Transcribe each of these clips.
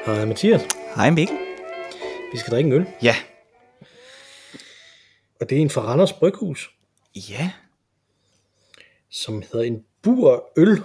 Hej Mathias. Hej Mikkel. Vi skal drikke en øl. Ja. Og det er en fra Randers Bryghus. Ja. Som hedder en Bur Øl.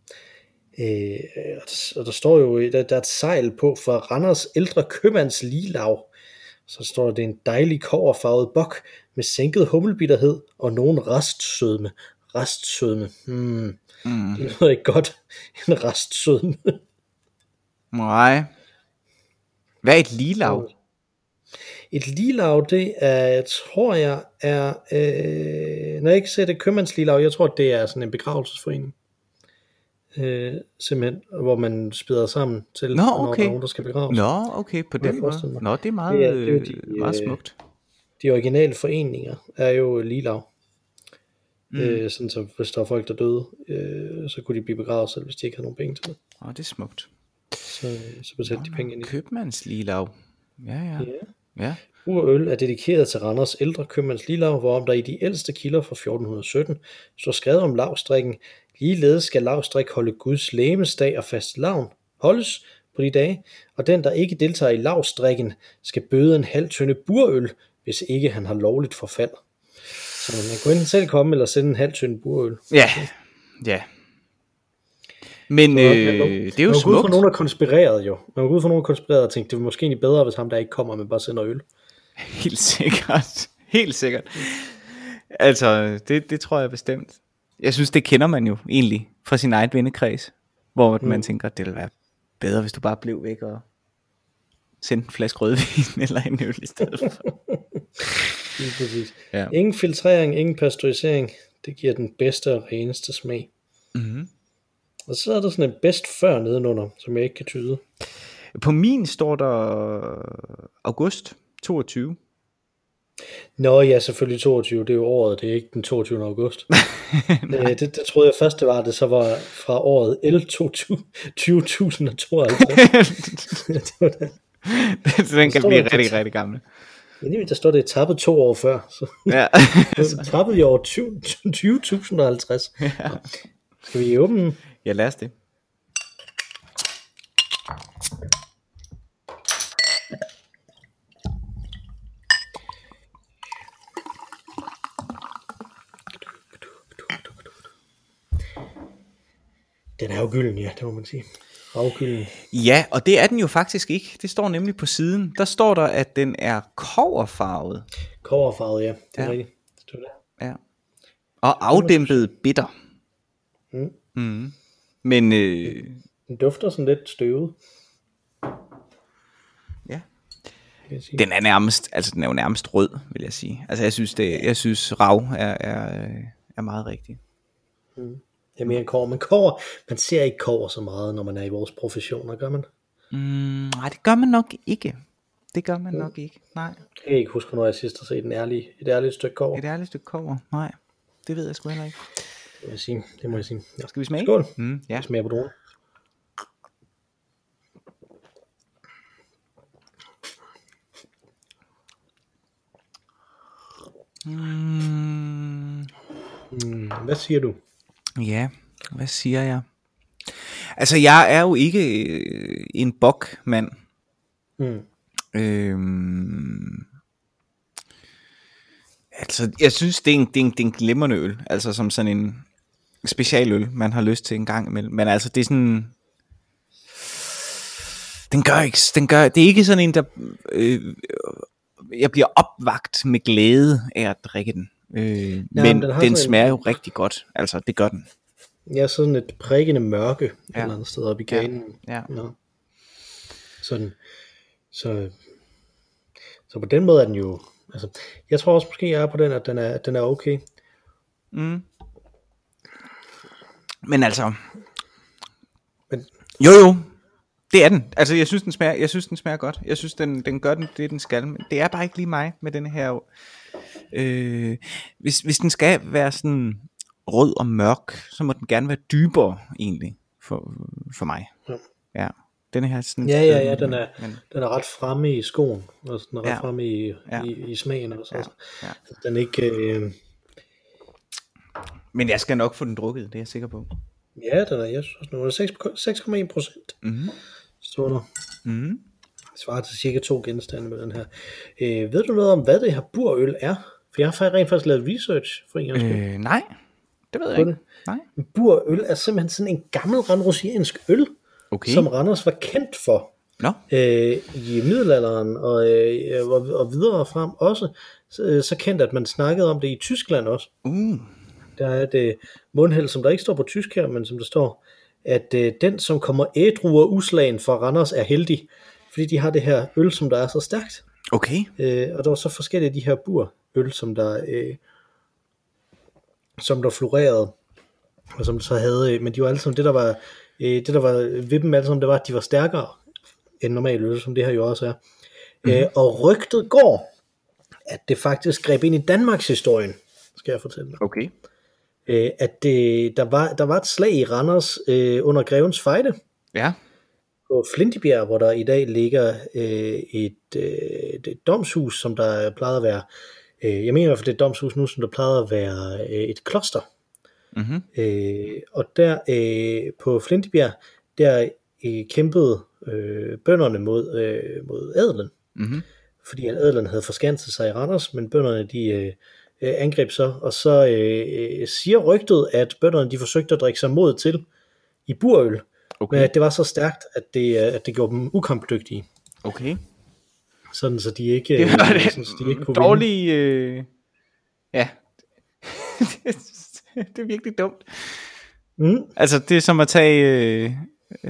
Og der står jo, der er et sejl på fra Randers ældre købmands ligelag. Så står der, det er en dejlig kobberfarvet bok med sænket hummelbitterhed og nogen restsødme. Restsødme. Det lyder ikke godt. En restsødme. Nej. Hvad er et ligelag? Et ligelag, det er, tror jeg, er, når jeg ikke ser det købmandsligelag, jeg tror, det er sådan en begravelsesforening. Simpelthen, hvor man spiller sammen til, når der er nogen, der skal begraves. Nå, okay, på den måde. Nå, det er meget, meget smukt. De originale foreninger er jo ligelag. Sådan så hvis der var folk, der døde, så kunne de blive begravet selv, hvis de ikke havde nogen penge til det. Det er smukt. Så betalte de penge ind i. Købmandsligelag. Ja. Bur Øl er dedikeret til Randers ældre købmands ligelag, hvorom der i de ældste kilder fra 1417 står skrevet om lavstrikken. Ligeledes skal lavstrik holde Guds legemsdag og fastelavn holdes på de dage, og den, der ikke deltager i lavstrikken, skal bøde en halv tønde burøl, hvis ikke han har lovligt forfald. Så man kan enten selv komme eller sende en halv tønde burøl. Ja. Men det er jo smukt. Man går ud for nogen, der konspirerede jo. Man går ud for nogen, der konspirerede og tænkte, det var måske egentlig bedre, hvis ham der ikke kommer, men bare sender øl. Helt sikkert. Altså, det tror jeg bestemt. Jeg synes, det kender man jo egentlig fra sin egen vennekreds, hvor man tænker, det ville være bedre, hvis du bare blev væk og sendte en flaske rødvin eller en øl i stedet for. Præcis. Ja. Ingen filtrering, ingen pasteurisering. Det giver den bedste og reneste smag. Mm-hmm. Og så er der sådan en bedst før nedenunder, som jeg ikke kan tyde. På min står der august 22. Nå ja, selvfølgelig 22, det er jo året, det er ikke den 22. august. det troede jeg først, det var, det så var fra året L2052. Den kan blive rigtig, rigtig gammel. Der står det tappet 2 år før. Så. Ja. Tappet i år 2050. Ja. Skal vi åbne den? Ja, lad os det. Den er jo gylden, ja, det må man sige. Ravgylden. Ja, og det er den jo faktisk ikke. Det står nemlig på siden. Der står der, at den er kobberfarvet. Kobberfarvet, ja. Det er rigtigt. Det står der. Ja. Og afdæmpet bitter. Men den dufter sådan lidt støvet. Ja. Den er nærmest, altså den er jo nærmest rød, vil jeg sige. Altså jeg synes rav er meget rigtig. Det er mere en kobber. Man ser ikke kobber så meget, når man er i vores professioner, gør man? Nej, det gør man nok ikke. Nej. Jeg kan ikke huske, når jeg sidst har set et ærligt stykke kobber. Et ærligt stykke kobber? Nej, det ved jeg sgu heller ikke. Det må jeg sige. Ja. Skal vi smage? Skål. Ja. Smager på dronen. Hvad siger du? Ja, hvad siger jeg? Altså, jeg er jo ikke en bokmand. Altså, jeg synes, det er en glimrende øl. Altså, som sådan en specialøl, man har lyst til en gang imellem. Men altså, det er sådan... Det er ikke sådan en, der... jeg bliver opvagt med glæde af at drikke den. Men den smager jo rigtig godt. Altså, det gør den. Ja, sådan et prikkende mørke et eller andet sted oppe i ganen. Ja. Sådan. Så på den måde er den jo... Altså, jeg tror også måske, jeg er på den, at den er okay. Men altså... Jo. Det er den. Altså, jeg synes, den smager godt. Jeg synes, den gør det, den skal. Men det er bare ikke lige mig med den her... Hvis den skal være sådan rød og mørk, så må den gerne være dybere, egentlig, for mig. Ja. Den her sådan... Ja, den er ret fremme i skoen. Altså, den er ret fremme i smagen. Og så. Ja. Den er ikke... Men jeg skal nok få den drukket, det er jeg sikker på. Ja, den er, jeg synes, den er 6,1%. Mm-hmm. Står der. Det svarer til cirka 2 genstande med den her. Ved du noget om, hvad det her burøl er? For jeg har rent faktisk lavet research for en gang skyld. Nej, det ved jeg ikke. Nej. Burøl er simpelthen sådan en gammel randrusiansk øl, som Randers var kendt for. I middelalderen og videre frem også. Så kendt, at man snakkede om det i Tyskland også. Der er et mundheld, som der ikke står på tysk her, men som der står, at den, som kommer ædru og uslagen fra Randers, er heldig. Fordi de har det her øl, som der er så stærkt. Okay. Og der var så forskellige de her burøl, som der florerede, og som så havde, men de var alle sammen, det der var ved dem alle sammen, det var, at de var stærkere end normal øl, som det her jo også er. Og rygtet går, at det faktisk greb ind i Danmarks historien, skal jeg fortælle dig. Okay. At der var et slag i Randers under Grevens Fejde. Ja. På Flintebjerg, hvor der i dag ligger et domshus, som der plejede at være, jeg mener i hvert fald det er et domshus nu, som der plejede at være et kloster. Og der på Flintebjerg, der kæmpede bønderne mod adelen. Fordi adelen havde forskanset sig i Randers, men bønderne de angreb så, og så siger rygtet, at bønderne de forsøgte at drikke sig mod til i burøl. Men at det var så stærkt, at det gjorde dem ukampdygtige. Okay. Sådan så de ikke, de ikke kunne dårlige, ja. Det er virkelig dumt. Altså det er som at tage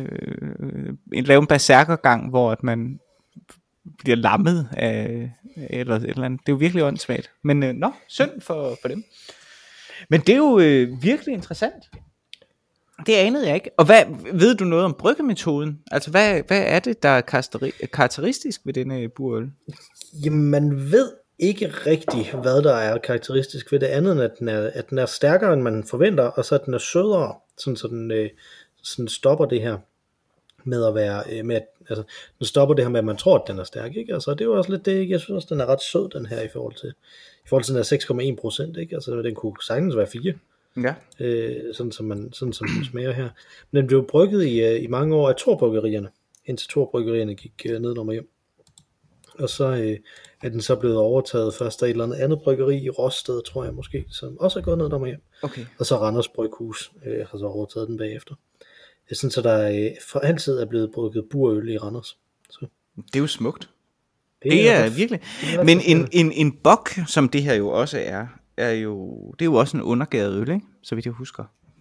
lave en berserkergang, hvor at man bliver lammet af eller et eller andet. Det er jo virkelig åndssvagt. Men synd for dem. Men det er jo virkelig interessant. Det anede jeg ikke. Og hvad ved du noget om bryggemetoden? Altså hvad er det, der er karakteristisk ved denne burøl? Jamen man ved ikke rigtigt, hvad der er karakteristisk ved det andet, end at den er stærkere, end man forventer, og så at den er sødere, så den sådan stopper det her med at være, altså den stopper det her med, at man tror, at den er stærk, ikke? Altså det er jo også lidt det, jeg synes også, den er ret sød, den her, i forhold til den er 6,1%, ikke? Altså den kunne sagtens være 4. Ja. Sådan som den smager her. Men den blev brygget i mange år af Thor-bryggerierne, indtil Thor-bryggerierne gik ned hjem. Og så er den så blevet overtaget først af et eller andet bryggeri i Rosted, tror jeg måske, som også er gået ned hjem. Okay. Og så Randers Bryghus har så overtaget den bagefter. Det er sådan, så der for altid er blevet brygget burøl i Randers. Så. Det er jo smukt. Det er virkelig. Men en bok, som det her jo også er jo, det er jo også en undergæret øl, ikke? Så vidt jeg husker.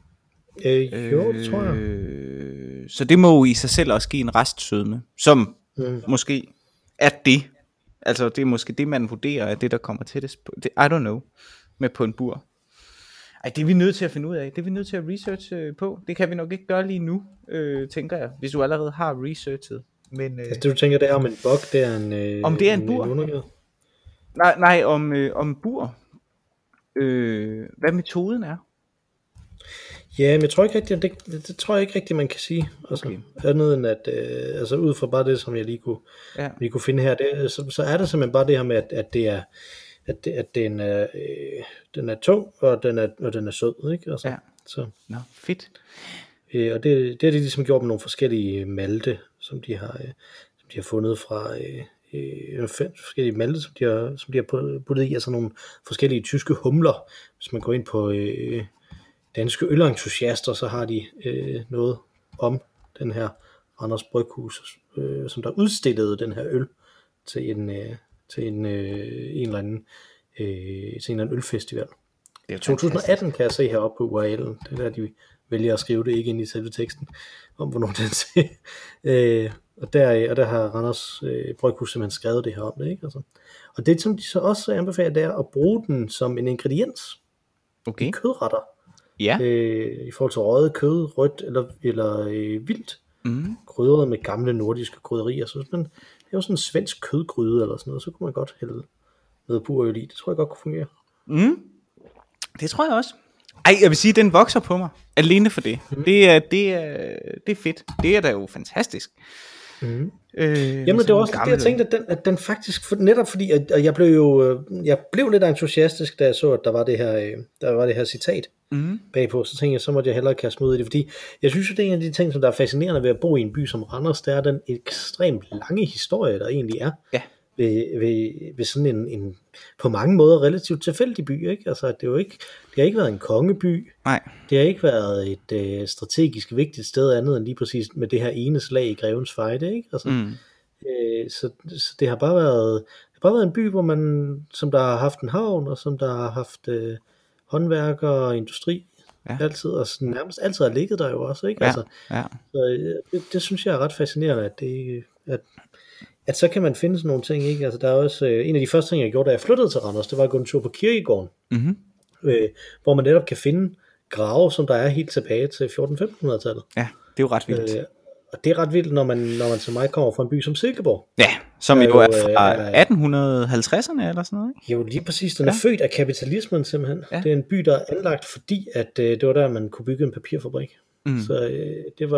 Jo, det tror jeg. Så det må jo i sig selv også give en restsødme, som måske er det. Altså det er måske det, man vurderer, er det, der kommer til det. I don't know. Med på en bur. Ej, det er vi nødt til at finde ud af. Det er vi nødt til at researche på. Det kan vi nok ikke gøre lige nu, tænker jeg. Hvis du allerede har researchet. Men, altså det du tænker, det er om en bok, det er en... om det er en bur? Nej, om bur. Hvad metoden er? Ja, men jeg tror ikke rigtig, det tror jeg ikke rigtig, man kan sige. Altså, okay. Andet end at, altså ud fra bare det, som jeg lige kunne finde her, det, så er det simpelthen bare det her med, at det er, at den er tung, og den er sød, ikke? Altså, ja. Så. Nå, fedt. Og det er de ligesom gjort med nogle forskellige malte, som de har fundet fra forskellige malte, som de har puttet i, altså nogle forskellige tyske humler. Hvis man går ind på danske ølentusiaster, så har de noget om den her Randers Bryghus, som der udstillede den her øl til en eller anden ølfestival. Det er 2018 kan jeg se heroppe på URL'en. Det er der, de vælger at skrive det, ikke ind i selve teksten, om hvornår den ser. Og der har Randers Bryghus simpelthen skrevet det her om det, ikke? Altså. Og det, som de så også anbefaler, det er at bruge den som en ingrediens i kødretter. Ja. I forhold til røget kød, rødt eller vildt, krydret med gamle nordiske krydderier. Så det er jo sådan en svensk kødgryde eller sådan noget, så kunne man godt hælde noget burøl i. Det tror jeg godt kunne fungere. Det tror jeg også. Ej, jeg vil sige, den vokser på mig alene for det. Det er fedt. Det er da jo fantastisk. Mm. Jamen det var også det, jeg tænkte, at den faktisk, netop fordi, at jeg blev lidt entusiastisk, da jeg så, at der var det her citat bagpå, så tænkte jeg, så måtte jeg hellere kaste mig ud i det, fordi jeg synes jo, det er en af de ting, som der er fascinerende ved at bo i en by som Randers, det er den ekstremt lange historie, der egentlig er. Ja. Ved sådan en på mange måder relativt tilfældig by, ikke? Altså, det har ikke været en kongeby. Nej. Det har ikke været et strategisk vigtigt sted andet end lige præcis med det her ene slag i Grevens Fejde, ikke? Altså, så det har bare været en by, hvor man, som der har haft en havn, og som der har haft håndværker og industri, altid, og nærmest altid har ligget der jo også, ikke? Ja, altså, så det synes jeg er ret fascinerende, at så kan man finde sådan nogle ting, ikke? Altså, der er også en af de første ting, jeg gjorde, da jeg flyttede til Randers, det var at gå en tur på kirkegården, hvor man netop kan finde grave, som der er helt tilbage til 1400-1500-tallet. Ja, det er jo ret vildt. Og det er ret vildt, når man som mig kommer fra en by som Silkeborg. Ja, som jo er fra 1850'erne eller sådan noget, ikke? Jo, lige præcis. Den er født af kapitalismen simpelthen. Ja. Det er en by, der er anlagt, fordi at det var der, man kunne bygge en papirfabrik. Så det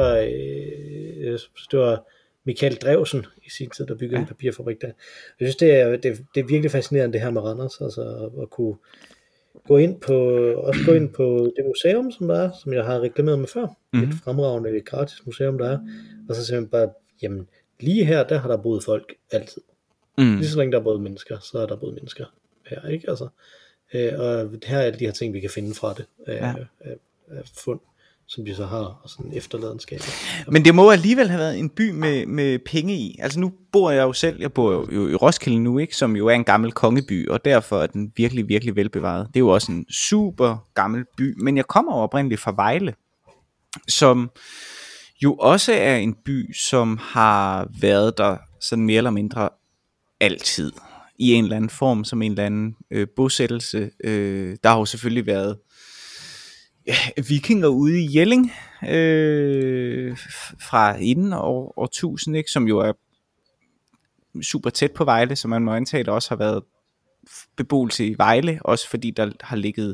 var Michael Drewsen i sin tid, der byggede en papirfabrik der. Jeg synes, det er virkelig fascinerende, det her med Randers, altså at kunne gå ind på det museum, som der er, som jeg har reklameret med før. Et fremragende gratis museum, der er. Og så simpelthen bare, jamen, lige her, der har der boet folk altid. Lige så længe der er boet mennesker, så er der boet mennesker her, ikke? Altså, og her er alle de her ting, vi kan finde fra det, af fund, som de så har, og sådan efterladenskaber. Men det må alligevel have været en by med penge i. Altså nu bor jeg jo selv, jeg bor jo i Roskilde nu, ikke, som jo er en gammel kongeby, og derfor er den virkelig, virkelig velbevaret. Det er jo også en super gammel by, men jeg kommer jo oprindeligt fra Vejle, som jo også er en by, som har været der sådan mere eller mindre altid, i en eller anden form, som en eller anden bosættelse. Der har jo selvfølgelig været vikinger ude i Jelling fra inden år 1000, ikke, som jo er super tæt på Vejle, så man må antage, der også har været beboelse i Vejle, også fordi der har ligget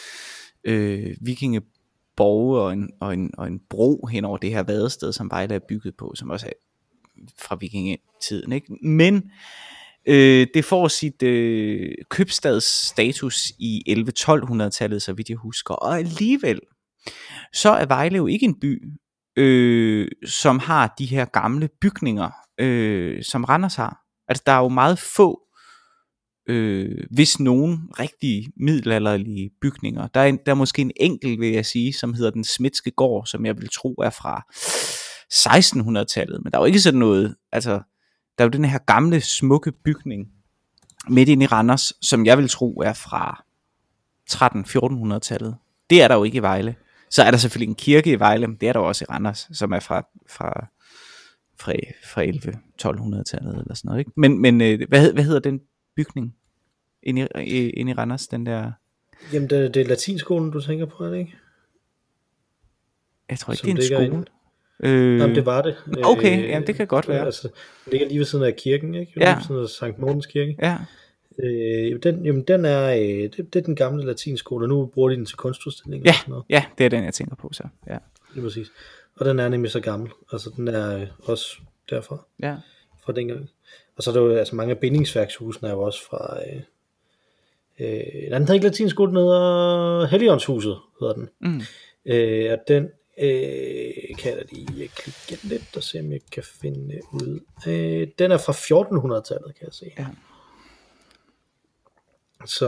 vikingeborge og en bro hen over det her vadested, som Vejle er bygget på, som også er fra vikingetiden, ikke? Men det får sit købstadsstatus i 1100-1200-tallet, så vidt jeg husker, og alligevel så er Vejle jo ikke en by, som har de her gamle bygninger, som Randers har. Altså der er jo meget få, hvis nogen rigtige middelalderlige bygninger. Der er måske en enkelt, vil jeg sige, som hedder den Smidske Gård, som jeg vil tro er fra 1600-tallet, men der er jo ikke sådan noget, altså der er jo den her gamle smukke bygning midt inde i Randers, som jeg vil tro er fra 1300-1400-tallet. Det er der jo ikke i Vejle. Så er der selvfølgelig en kirke i Vejle, men det er der også i Randers, som er fra 1100-1200-tallet eller sådan noget, ikke? Men hvad hedder den bygning inde i Randers, den der? Jamen det er latinskolen, du tænker på, er det ikke? Jeg tror ikke, det er en skole. Jamen det var det. Okay, jamen det kan godt være. Altså, det ligger lige ved siden af kirken, ikke? Ja. Lige ved siden af Sankt Mortens kirke. Ja. Den er det er den gamle latinskole, og nu bruger de den til kunstudstillinger. Ja, og sådan noget. ja, det er den, jeg tænker på så. Ja. Lige præcis. Og den er nemlig så gammel. Altså den er også derfra. Ja. Fra dengang. Og så er der jo altså mange af bindingsværkshusene er jo også fra den hedder ikke latinskole, den hedder Helligåndshuset hedder den. Og den kan jeg lige klikke lidt og se om jeg kan finde ud. Den er fra 1400-tallet, kan jeg se. Ja. Så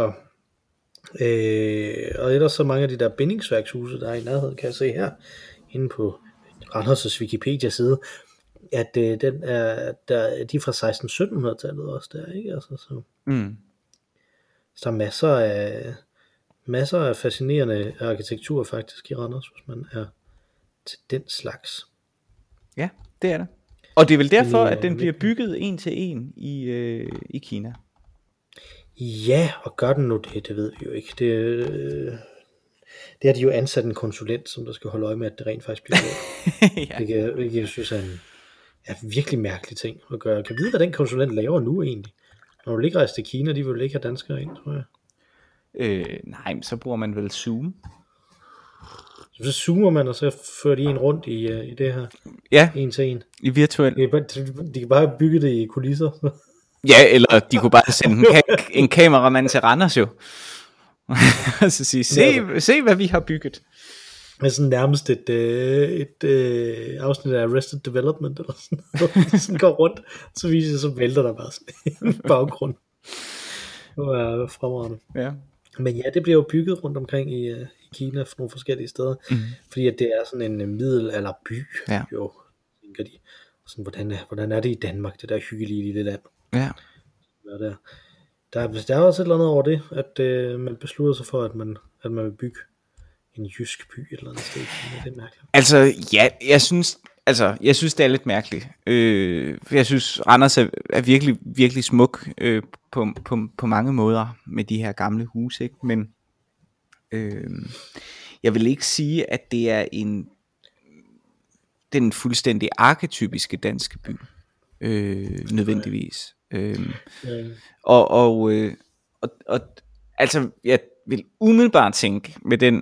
og ellers så mange af de der bindingsværkshuse der er i nærheden, kan jeg se her ine på Randers' Wikipedia side, at den er de er fra 1600-1700-tallet også der, ikke? Altså så så der er masser af fascinerende arkitektur faktisk i Randers, hvis man er til den slags. Ja, det er det. Og det er vel derfor, at den bliver bygget en til en i Kina. Ja, og gør den nu det ved vi jo ikke. Det har de jo ansat en konsulent, som der skal holde øje med, at det rent faktisk bliver gjort. Ja. Det jeg synes er en virkelig mærkelig ting at gøre. Kan vide, hvad den konsulent laver nu egentlig? Når du ligger rejst til Kina, de vil ikke have danskere ind, tror jeg. Nej, men så bruger man vel Zoom. Så zoomer man, og så fører de en rundt i det her. Ja. En til en. I virtuel. De kan bare bygge det i kulisser. Ja, eller de kunne bare sende en kameramand til Randers jo. Og så sige, se hvad vi har bygget. Med sådan nærmest et afsnit af Arrested Development, eller sådan noget. De sådan går rundt, så viser det, så vælter der bare sådan en baggrund. Det var fremragende. Ja. Men ja, det bliver jo bygget rundt omkring i Kina for nogle forskellige steder, fordi at det er sådan en middelalderby, jo, tænker de. Sådan, hvordan er det i Danmark, det der hyggelige lille land? Ja. Der er også et eller andet over det, at man beslutter sig for, at man vil bygge en jysk by et eller andet sted. Det er mærkeligt. Altså, ja, jeg synes det er lidt mærkeligt. Jeg synes, Randers er virkelig, virkelig smuk på mange måder med de her gamle huse, ikke? Men jeg vil ikke sige, at det er den fuldstændig arketypiske danske by, nødvendigvis. Og altså, jeg vil umiddelbart tænke med den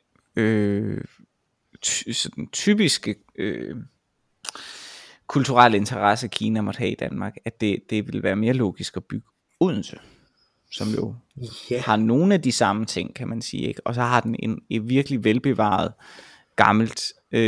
sådan typiske kulturelle interesse Kina måtte have i Danmark, at det vil være mere logisk at bygge Odense, som jo har nogle af de samme ting, kan man sige, ikke? Og så har den en virkelig velbevaret gammelt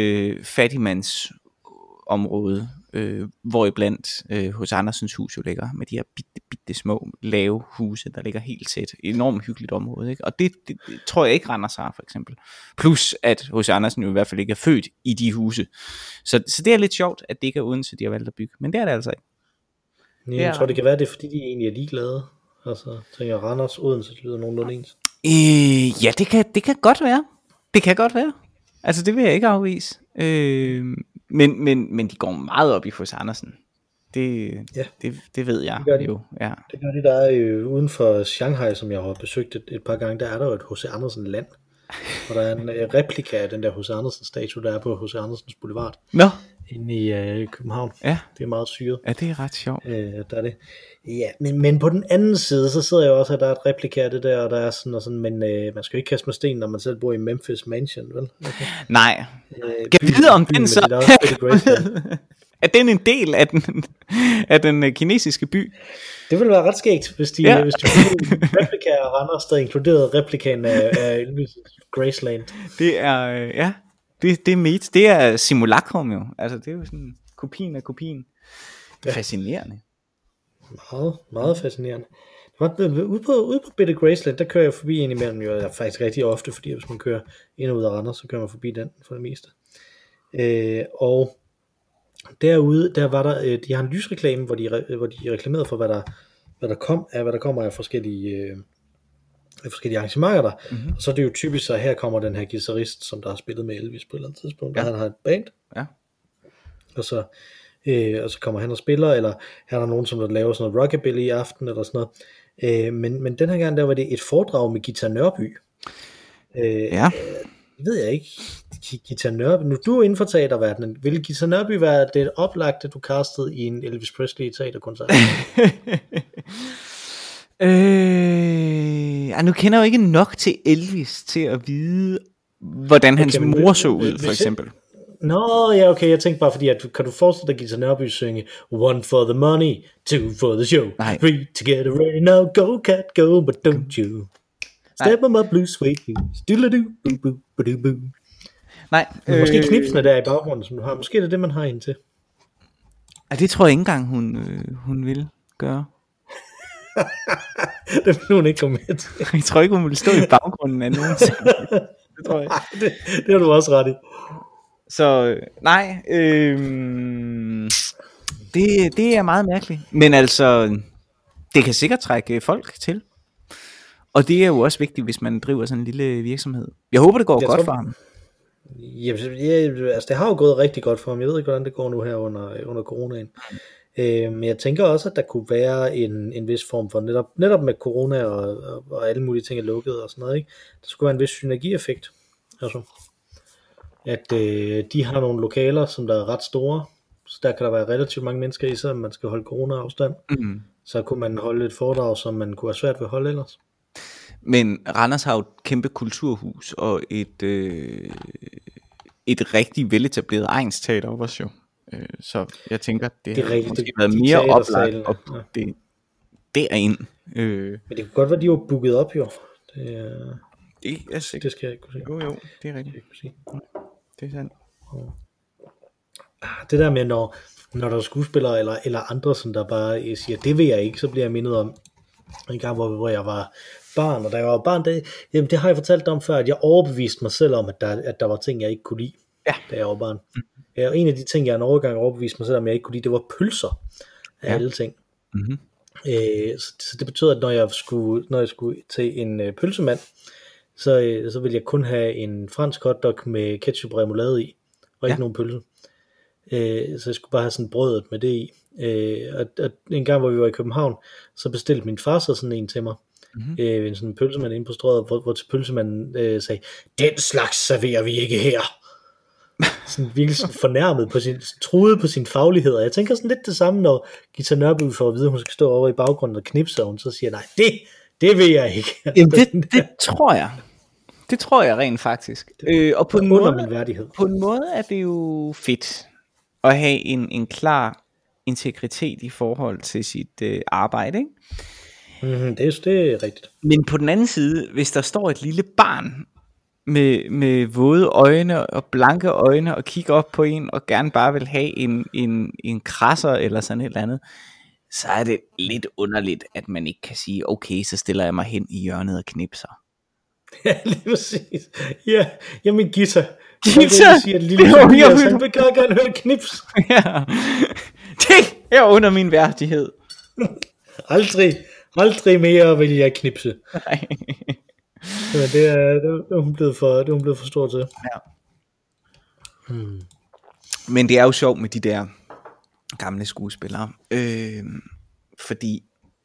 fattigmandsområde, hvor iblandt hos Andersens hus jo ligger med de her bitte små lave huse, der ligger helt tæt. Enormt hyggeligt område, ikke? Og det tror jeg ikke Randers har, for eksempel. Plus at hos Andersen jo i hvert fald ikke er født i de huse. Så det er lidt sjovt, at det ikke er Odense, de har valgt at bygge. Men det er det altså ikke. Jeg tror det kan være det, fordi de egentlig er ligeglade. Altså, tænker Randers, Odense, det lyder nogenlunde ens. Ja, det kan godt være. Det kan godt være. Altså, det vil jeg ikke afvise. Men de går meget op i hos Andersen. Det ved jeg. Det gør de. Jo. Ja. Det gør de, der er uden for Shanghai, som jeg har besøgt et par gange, der er der jo et H.C. Andersen land. Og der er en replika af den der H.C. Andersen statue, der er på H.C. Andersens Boulevard. Nå. Inde i København. Ja. Det er meget syret. Ja, det er ret sjovt. Der er det. Ja, men på den anden side, så sidder jeg også, at der er et replika af det der, og der er sådan og sådan, men man skal jo ikke kaste med sten, når man selv bor i Memphis Mansion, vel? Okay. Nej. Kan vi vide om den så? Er den en del af den kinesiske by? Det ville være ret skægt, hvis de kunne replika af Randers, der inkluderede replikaen af Graceland. Det er, det er simulacrum jo. Altså, det er jo sådan kopien af kopien. Ja. Fascinerende. Meget, meget fascinerende. Ude på Bitte Graceland, der kører jeg forbi indimellem, jo faktisk rigtig ofte, fordi hvis man kører ind og ud af Randers, så kører man forbi den for det meste. Og derude, der var der, de har en lysreklame, hvor de reklamerede for, hvad der kommer af forskellige arrangementer der. Mm-hmm. Og så er det jo typisk, så her kommer den her guitarist, som der har spillet med Elvis på et eller andet tidspunkt, og han har et band. Ja. Og så kommer han og spiller, eller her er der nogen, som der laver sådan noget rockabilly i aften, eller sådan noget. Men den her gang, der var det et foredrag med Githa Nørby. Ved jeg ikke. Githa Nørby. Nu du er inden for teaterverdenen. Vil Githa Nørby være det oplagte, du castede i en Elvis Presley teaterkoncert? Nu kender jeg jo ikke nok til Elvis til at vide, hvordan hans mor så ud, for eksempel. Nå, ja, okay, jeg tænkte bare fordi, at kan du forestille dig Githa Nørby synge one for the money, two for the show, three to get ready now, go cat go, but don't you step on my blue suede shoes, doodle-doo, nej, måske knipsene der i baggrunden, som du har, måske er det man har en til. Det tror jeg ikke engang hun vil gøre. Det vil hun ikke komme med til. Jeg tror ikke hun vil stå i baggrunden af nogen ting. Det tror jeg. Det har du også ret i. Så nej, det er meget mærkeligt. Men altså, det kan sikkert trække folk til. Og det er jo også vigtigt, hvis man driver sådan en lille virksomhed. Jeg håber, det går godt for ham. Altså det har jo gået rigtig godt for ham. Jeg ved ikke, hvordan det går nu her under coronaen. Men jeg tænker også, at der kunne være en vis form for, netop med corona og alle mulige ting er lukket og sådan noget, ikke? Der skulle være en vis synergieffekt. Altså, at de har nogle lokaler, som der er ret store, så der kan der være relativt mange mennesker i, så man skal holde corona-afstand. Mm. Så kunne man holde et foredrag, som man kunne have svært ved at holde ellers. Men Randers har jo et kæmpe kulturhus og et rigtig veletableret egnsteater også jo. Så jeg tænker, det Det er har rigtigt. måske været De mere oplagt teatersalene, at putte det derind. Men det kunne godt være, de var booket op, jo. Det er sikkert. Det skal jeg ikke kunne sige. Jo, det er rigtigt. Det er sandt. Det der med, når der er skuespillere eller andre, som der bare siger, det vil jeg ikke, så bliver jeg mindet om en gang, hvor jeg var barn, og da jeg var barn, det har jeg fortalt dig om før, at jeg overbeviste mig selv om, at der var ting, jeg ikke kunne lide, da jeg var barn. Og en af de ting, jeg en overgang overbeviste mig selv om, jeg ikke kunne lide, det var pølser af alle ting. Mm-hmm. Så det betød, at når jeg skulle til en pølsemand, så ville jeg kun have en fransk hotdog med ketchup og remoulade i, og ikke nogen pølse. Så jeg skulle bare have sådan brødet med det i. Og en gang, hvor vi var i København, så bestilte min far så sådan en til mig. En sådan pølsemand inde på strøget, hvor til pølsemanden sagde, den slags serverer vi ikke her. Sådan virkelig sådan fornærmet troede på sin faglighed. Og jeg tænker sådan lidt det samme, når Gita Nørby får at vide, at hun skal stå over i baggrunden og knipse, og hun så siger, nej, det vil jeg ikke. Jamen det tror jeg. Det tror jeg rent faktisk. Og på min værdighed. På en måde er det jo fedt at have en klar integritet i forhold til sit arbejde, ikke? Det er rigtigt. Men på den anden side, hvis der står et lille barn med våde øjne og blanke øjne og kigger op på en og gerne bare vil have en krasser eller sådan et eller andet, så er det lidt underligt, at man ikke kan sige, okay, så stiller jeg mig hen i hjørnet og knipser. Ja, lige præcis. Ja, jamen Gita siger, at lille Tobias, han vil gerne høre knips. Ja, det er under min værdighed. Aldrig mere vil jeg knipse. Nej. Men det er hun blevet for stor til. Ja. Men det er jo sjovt med de der gamle skuespillere, fordi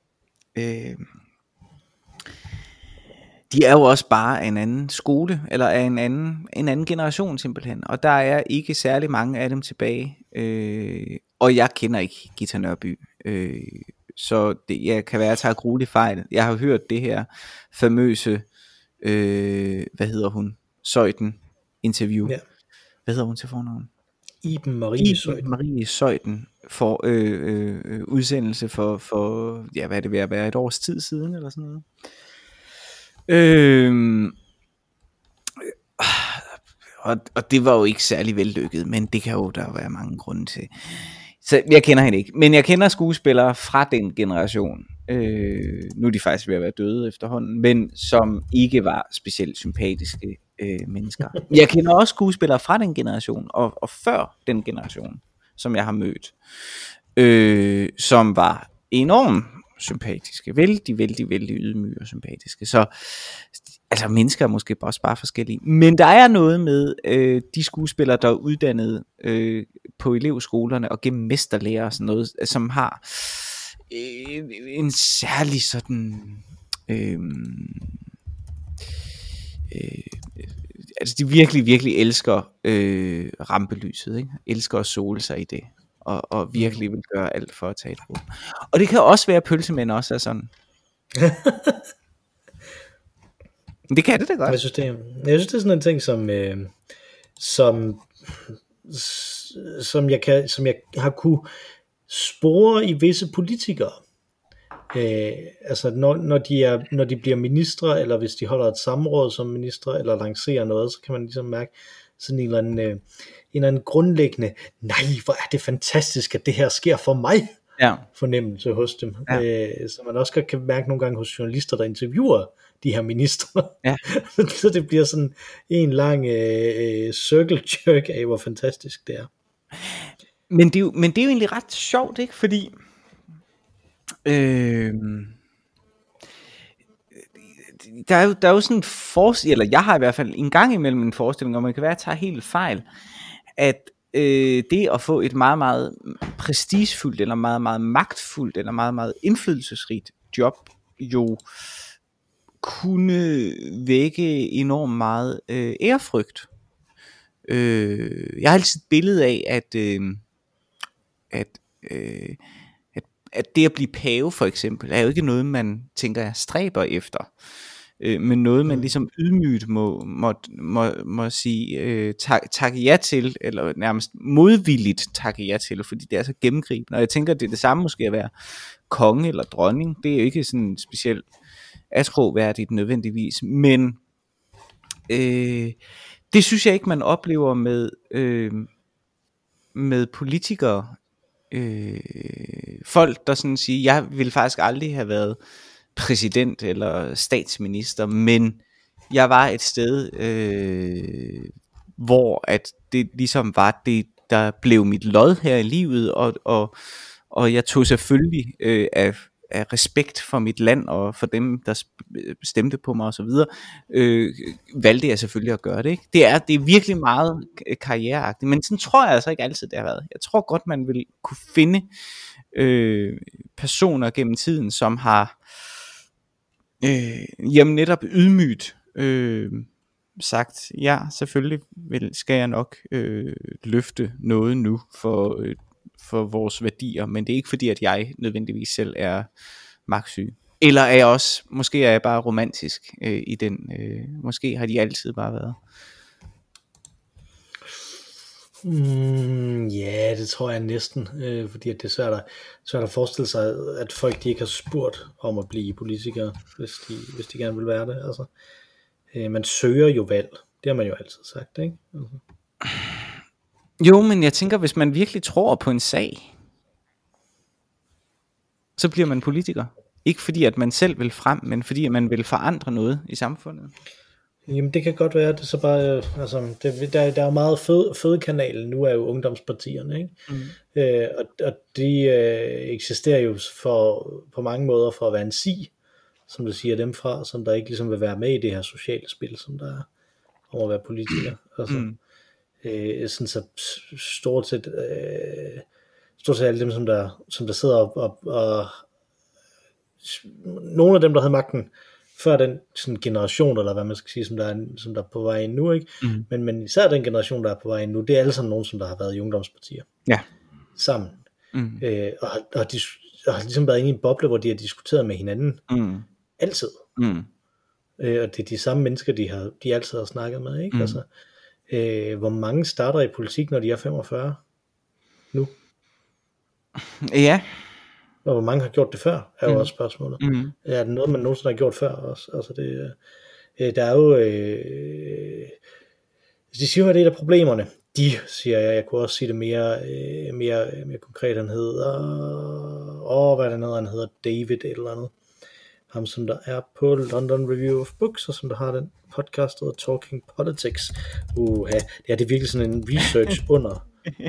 de er jo også bare en anden skole, eller er en anden generation simpelthen, og der er ikke særlig mange af dem tilbage, og jeg kender ikke Gita Nørby, så jeg kan være, at jeg tager gruelig fejl. Jeg har hørt det her famøse, hvad hedder hun, Zeuthen interview. Ja. Hvad hedder hun til fornavn? Iben Marie Zeuthen for udsendelse for ja, hvad er det ved at være, et års tid siden eller sådan noget. Og det var jo ikke særlig vellykket, men det kan jo der være mange grunde til. Så jeg kender hende ikke, men jeg kender skuespillere fra den generation. Nu er de faktisk ved at være døde efterhånden, men som ikke var specielt sympatiske mennesker. Jeg kender også skuespillere fra den generation og før den generation, som jeg har mødt, som var enormt sympatiske, vældig ydmyge og sympatiske. Så altså mennesker er måske også bare forskellige, men der er noget med de skuespillere, der er uddannet på elevskolerne og gennem mesterlærer og sådan noget, som har en særlig sådan altså de virkelig elsker rampelyset, ikke? Elsker at sole sig i det, og virkelig vil gøre alt for at tage et rum. Og det kan også være, at pølsemænd også er sådan. Det kan det da godt. Jeg synes, det er sådan en ting, som jeg har kunne spore i visse politikere. Altså når de bliver ministre, eller hvis de holder et samråd som ministre, eller lancerer noget, så kan man ligesom mærke sådan en eller anden grundlæggende, nej, hvor er det fantastisk, at det her sker for mig, fornemmelse hos dem. Så man også kan mærke nogle gange hos journalister, der interviewer de her ministre. Ja. Så det bliver sådan en lang circle jerk af, hvor fantastisk det er. Men det er jo egentlig ret sjovt, ikke? Fordi der er jo sådan en forestilling, eller jeg har i hvert fald en gang imellem en forestilling, og man kan være, at jeg tager helt fejl, at det at få et meget, meget prestigefuldt, eller meget, meget magtfuldt, eller meget, meget indflydelsesrigt job, jo kunne vække enormt meget ærefrygt. Jeg har altid et billede af, at det at blive pave for eksempel, er jo ikke noget, man tænker, jeg stræber efter. men noget man ligesom ydmygt må sige takke ja til, eller nærmest modvilligt takke ja til, fordi det er så gennemgribende. Og jeg tænker, det er det samme måske at være konge eller dronning. Det er jo ikke sådan specielt askroværdigt nødvendigvis, men det synes jeg ikke man oplever med politikere. Folk der sådan siger, jeg ville faktisk aldrig have været præsident eller statsminister, men jeg var et sted hvor at det ligesom var det der blev mit lod her i livet, og jeg tog selvfølgelig af respekt for mit land og for dem der stemte på mig og så videre, valgte jeg selvfølgelig at gøre det, ikke? Det er virkelig meget karriereagtigt, men sådan tror jeg altså ikke altid det har været. Jeg tror godt man vil kunne finde personer gennem tiden, som har jamen netop ydmygt sagt, ja, selvfølgelig skal jeg nok løfte noget nu for vores værdier, men det er ikke fordi, at jeg nødvendigvis selv er magtsyg. Eller er jeg også, måske er jeg bare romantisk i den, måske har de altid bare været. Ja, det tror jeg næsten, fordi at det er svært at forestille sig, at folk de ikke har spurgt om at blive politikere, hvis de gerne vil være det. Altså, man søger jo valg, det har man jo altid sagt, ikke? Altså. Jo, men jeg tænker, hvis man virkelig tror på en sag, så bliver man politiker. Ikke fordi at man selv vil frem, men fordi at man vil forandre noget i samfundet. Jamen det kan godt være, det er så bare, altså, der er jo meget fødekanalen, nu er jo ungdomspartierne, ikke? Og de eksisterer jo på mange måder for at være en si, som du siger dem fra, som der ikke ligesom vil være med i det her sociale spil, som der er om at være politiker. Altså, sådan så stort set alle dem, som der sidder og nogle af dem, der havde magten før den sådan generation, eller hvad man skal sige, som der er på vej ind nu, ikke? Men især den generation, der er på vej ind nu, det er alle sammen nogen, som der har været i ungdomspartier. Ja. Sammen. Og har ligesom været inde i en boble, hvor de har diskuteret med hinanden. Altid. Og det er de samme mennesker, de altid har snakket med, ikke? Altså, hvor mange starter i politik, når de er 45 nu? Ja. Og hvor mange har gjort det før, er jo også spørgsmålet. Er det noget, man nogensinde har gjort før også? Altså der er jo de siger jo, at det er et af problemerne. De, siger jeg kunne også sige det mere konkret, han hedder, hvad den hedder, han hedder David et eller andet. Ham som der er på London Review of Books, og som der har den podcast, der hedder Talking Politics. Det er virkelig sådan en research under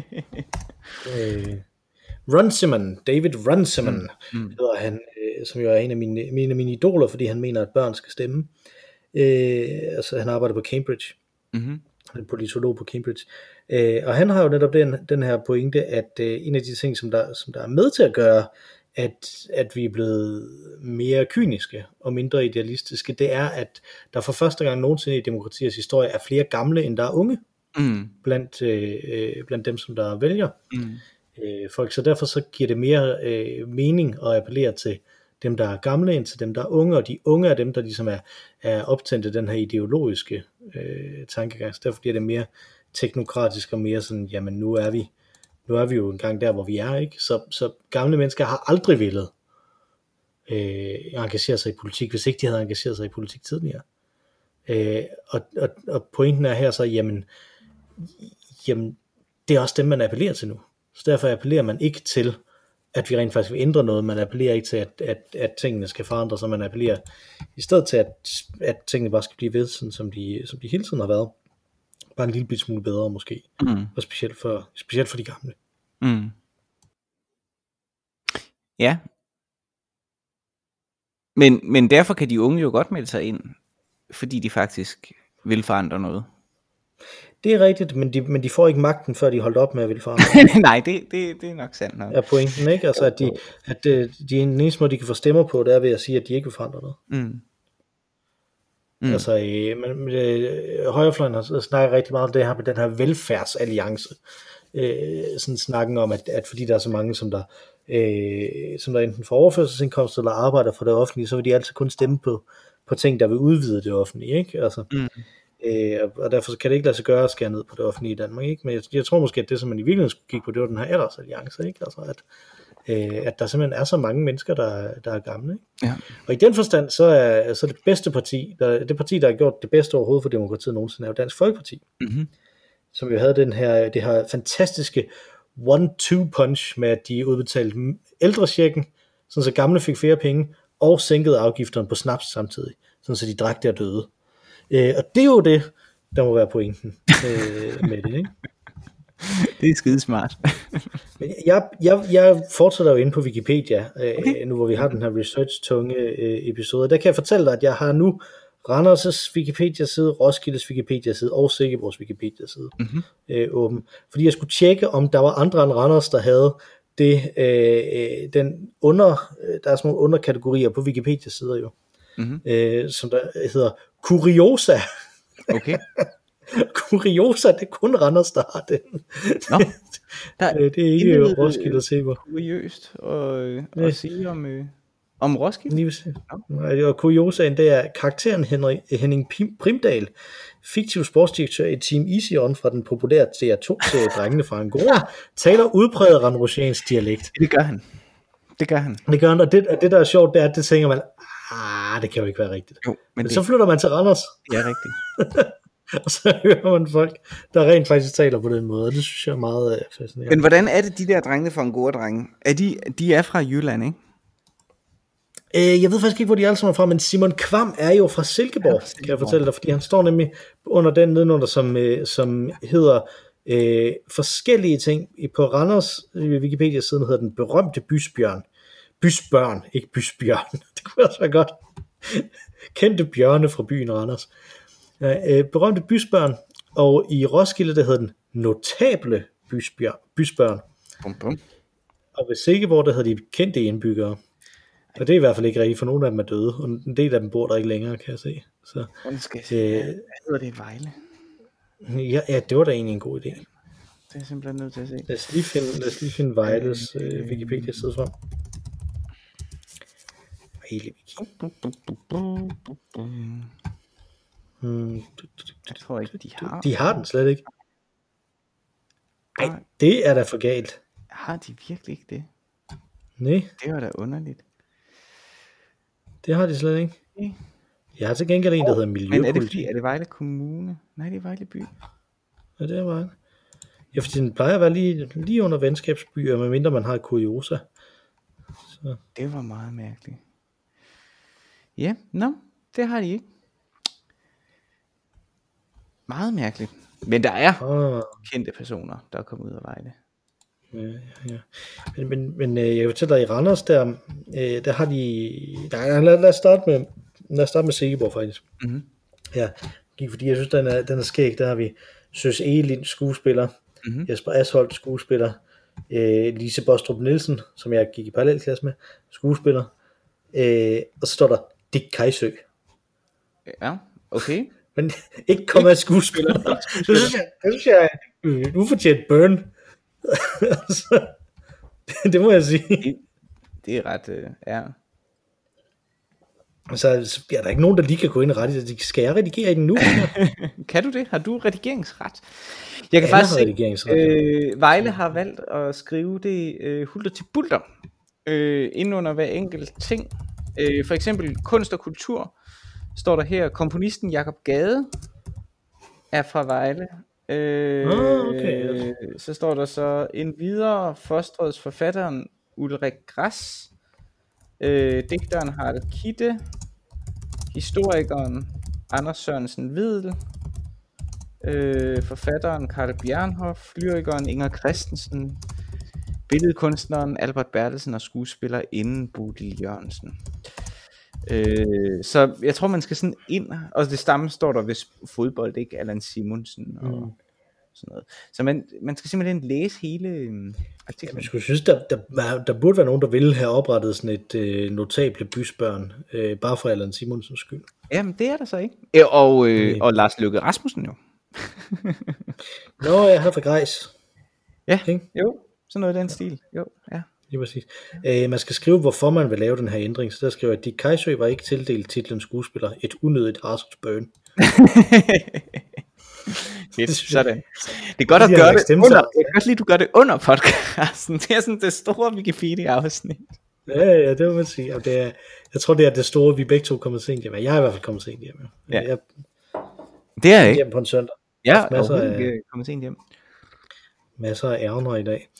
Runciman, David Runciman hedder han, som jo er en af mine idoler, fordi han mener, at børn skal stemme. Altså han arbejder på Cambridge. Han er politolog på Cambridge. Og han har jo netop den her pointe, at en af de ting, som der er med til at gøre, at vi er blevet mere kyniske og mindre idealistiske, det er, at der for første gang nogensinde i demokratiets historie er flere gamle, end der er unge, blandt dem, som der vælger folk. Så derfor så giver det mere mening at appellere til dem, der er gamle, end til dem, der er unge, og de unge er dem, der ligesom er optændt af den her ideologiske tankegang. Så derfor bliver det mere teknokratisk og mere sådan, jamen nu er vi jo engang der, hvor vi er, ikke? Så gamle mennesker har aldrig villet engagere sig i politik, hvis ikke de havde engageret sig i politik tidligere. Og pointen er her så, jamen det er også dem, man appellerer til nu. Så derfor appellerer man ikke til, at vi rent faktisk vil ændre noget. Man appellerer ikke til, at tingene skal forandre sig. Man appellerer i stedet til, at tingene bare skal blive ved, sådan, som de hele tiden har været. Bare en lille smule bedre måske. Og specielt for de gamle. Ja. Men derfor kan de unge jo godt melde sig ind, fordi de faktisk vil forandre noget. Det er rigtigt, men de får ikke magten, før de holdt op med at ville forandre. Nej, det er nok sandt nok. Er pointen, ikke? Altså, at de eneste måde, de kan få stemmer på, det er ved at sige, at de ikke vil forandre noget. Altså, højrefløjen har snakket rigtig meget om det her med den her velfærdsalliance. Sådan snakken om, at fordi der er så mange, som der enten får overførselsindkomst eller arbejder for det offentlige, så vil de altid kun stemme på på ting, der vil udvide det offentlige, ikke? Altså, og derfor kan det ikke lade sig gøre at skære ned på det offentlige i Danmark, ikke? Men jeg tror måske, at det, som man i virkeligheden skulle kigge på, det var den her aldersalliance, ikke? Altså, at der simpelthen er så mange mennesker, der er gamle, ikke? Ja. Og i den forstand, så er det bedste parti, det parti, der har gjort det bedste overhovedet for demokratiet nogensinde, er jo Dansk Folkeparti, som jo havde det her fantastiske 1-2 punch med, at de udbetalte ældrechecken, sådan så gamle fik flere penge, og sænkede afgifterne på snaps samtidig, sådan så de drak der døde. Og det er jo det, der må være pointen med det, ikke? Det er skidesmart. Jeg fortsætter jo inde på Wikipedia, nu hvor vi har den her research-tunge episode. Der kan jeg fortælle dig, at jeg har nu Randers' Wikipedia-side, Roskildes Wikipedia-side og Silkeborgs Wikipedia-side åben. Fordi jeg skulle tjekke, om der var andre end Randers, der havde det, der er sådan nogle underkategorier på Wikipedia-sider jo, som der hedder Kuriosa. Okay. Kuriosa, det er kun Randers, der har den. Nå, det er ikke Roskilde og Silkeborg. Kuriøst at sige om Roskilde. Nej, og kuriosaen, det er karakteren Henning Primdal, fiktiv sportsdirektør i Team Easy On fra den populære DR2-serie Drengene fra Angora, taler udpræget randrusiansk dialekt. Det gør han. Det gør han, og det der er sjovt, det er, at det tænker man, det kan jo ikke være rigtigt. Jo, men så flytter man til Randers. Ja, rigtigt. Og så hører man folk, der rent faktisk taler på den måde, og det synes jeg er meget fascinerende. Men hvordan er det, de der drengene fra Angora-drenge? De er fra Jylland, ikke? Jeg ved faktisk ikke, hvor de alle sammen er fra, men Simon Kvam er jo fra Silkeborg, kan jeg fortælle dig, fordi han står nemlig under den nedenunder, som hedder forskellige ting. På Randers Wikipedia-siden hedder den berømte bysbjørn, ikke bysbjørn, det kunne også være godt. Kendte bjørne fra byen Randers. Berømte bysbjørn, og i Roskilde, der hedder den notable bysbjørn. Og ved Silkeborg, der hedder de kendte indbyggere. Og det er i hvert fald ikke rigtigt, for nogle af dem er døde, og en del af dem bor der ikke længere, kan jeg se. Så, hvad hedder det i Vejle? Ja, det var da egentlig en god idé. Det er jeg simpelthen nødt til at se. Lad os lige finde Vejles Wikipedia-side frem. Jeg tror ikke, de har. De har den slet ikke. Ej, det er da for galt. Har de virkelig ikke det? Nej. Det var da underligt. Det har de slet ikke. Jeg har til gengæld en, der hedder Miljøpolitik. Men er det Vejle Kommune? Nej, det er Vejle By. Ja, det er Vejle. Ja, fordi den plejer at være lige under venskabsbyer, medmindre man har et kuriosa. Så. Det var meget mærkeligt. Ja, det har de ikke. Meget mærkeligt. Men der er kendte personer, der er kommet ud af Vejle. Ja. Men jeg kan fortælle dig, i Randers, der har de... Lad os starte med Silkeborg, faktisk. Ja, fordi jeg synes, den er skæg. Der har vi Søs Egelind, skuespiller, Jesper Asholdt, skuespiller, Lise Bostrup Nielsen, som jeg gik i parallelklasse med, skuespiller, og så står der Dick Kajsø. Ja, okay. Men ikke komme af skuespiller. Det synes jeg er ufortjent burn. Det må jeg sige. Det er ret, ja. Så er der ikke nogen, der lige kan gå ind og rette det. Skal jeg redigere i den nu? Kan du det? Har du redigeringsret? Jeg kan faktisk se, Vejle har valgt at skrive det hulter til bulter ind under hver enkelt ting. For eksempel kunst og kultur står der her, komponisten Jakob Gade er fra Vejle. Okay. Så står der så endvidere fostredes forfatteren Ulrik Græs, digteren Harald Kidde, historikeren Anders Sørensen Vedel, forfatteren Karl Bjernhoff, lyrikeren Inger Christensen, billedkunstneren Albert Bertelsen og skuespillerinden Bodil Jørgensen. Så jeg tror man skal sådan ind, og det samme står der hvis fodbold, ikke Allan Simonsen og sådan noget. Så man skal simpelthen læse hele artiklen. Jeg skulle synes der burde være nogen, der ville have oprettet sådan et notable bysbørn, bare for Allan Simonsens skyld. Jamen det er der så ikke. Og Lars Løkke Rasmussen jo. Nå, jeg har for Grejs. Ja, jo, sådan noget i den stil. Jo, ja. lige præcis. Man skal skrive, hvorfor man vil lave den her ændring. Så der skriver, at Dick Kajsø var ikke tildelt titlen skuespiller. Et unødigt harsh burn. Fedt, sådan. Det er godt at gøre det under. Jeg kan godt lide, du gør det under podcasten. Det er sådan det store Wikipedia-afsnit. Ja, det må man sige. Og jeg tror, det er det store, vi begge to kommer sent hjem. Jeg er i hvert fald kommet sent hjem. Ja. Det er ikke. Hjem på en søndag. Ja, masser af kommet sent hjem. Masser af ærner i dag.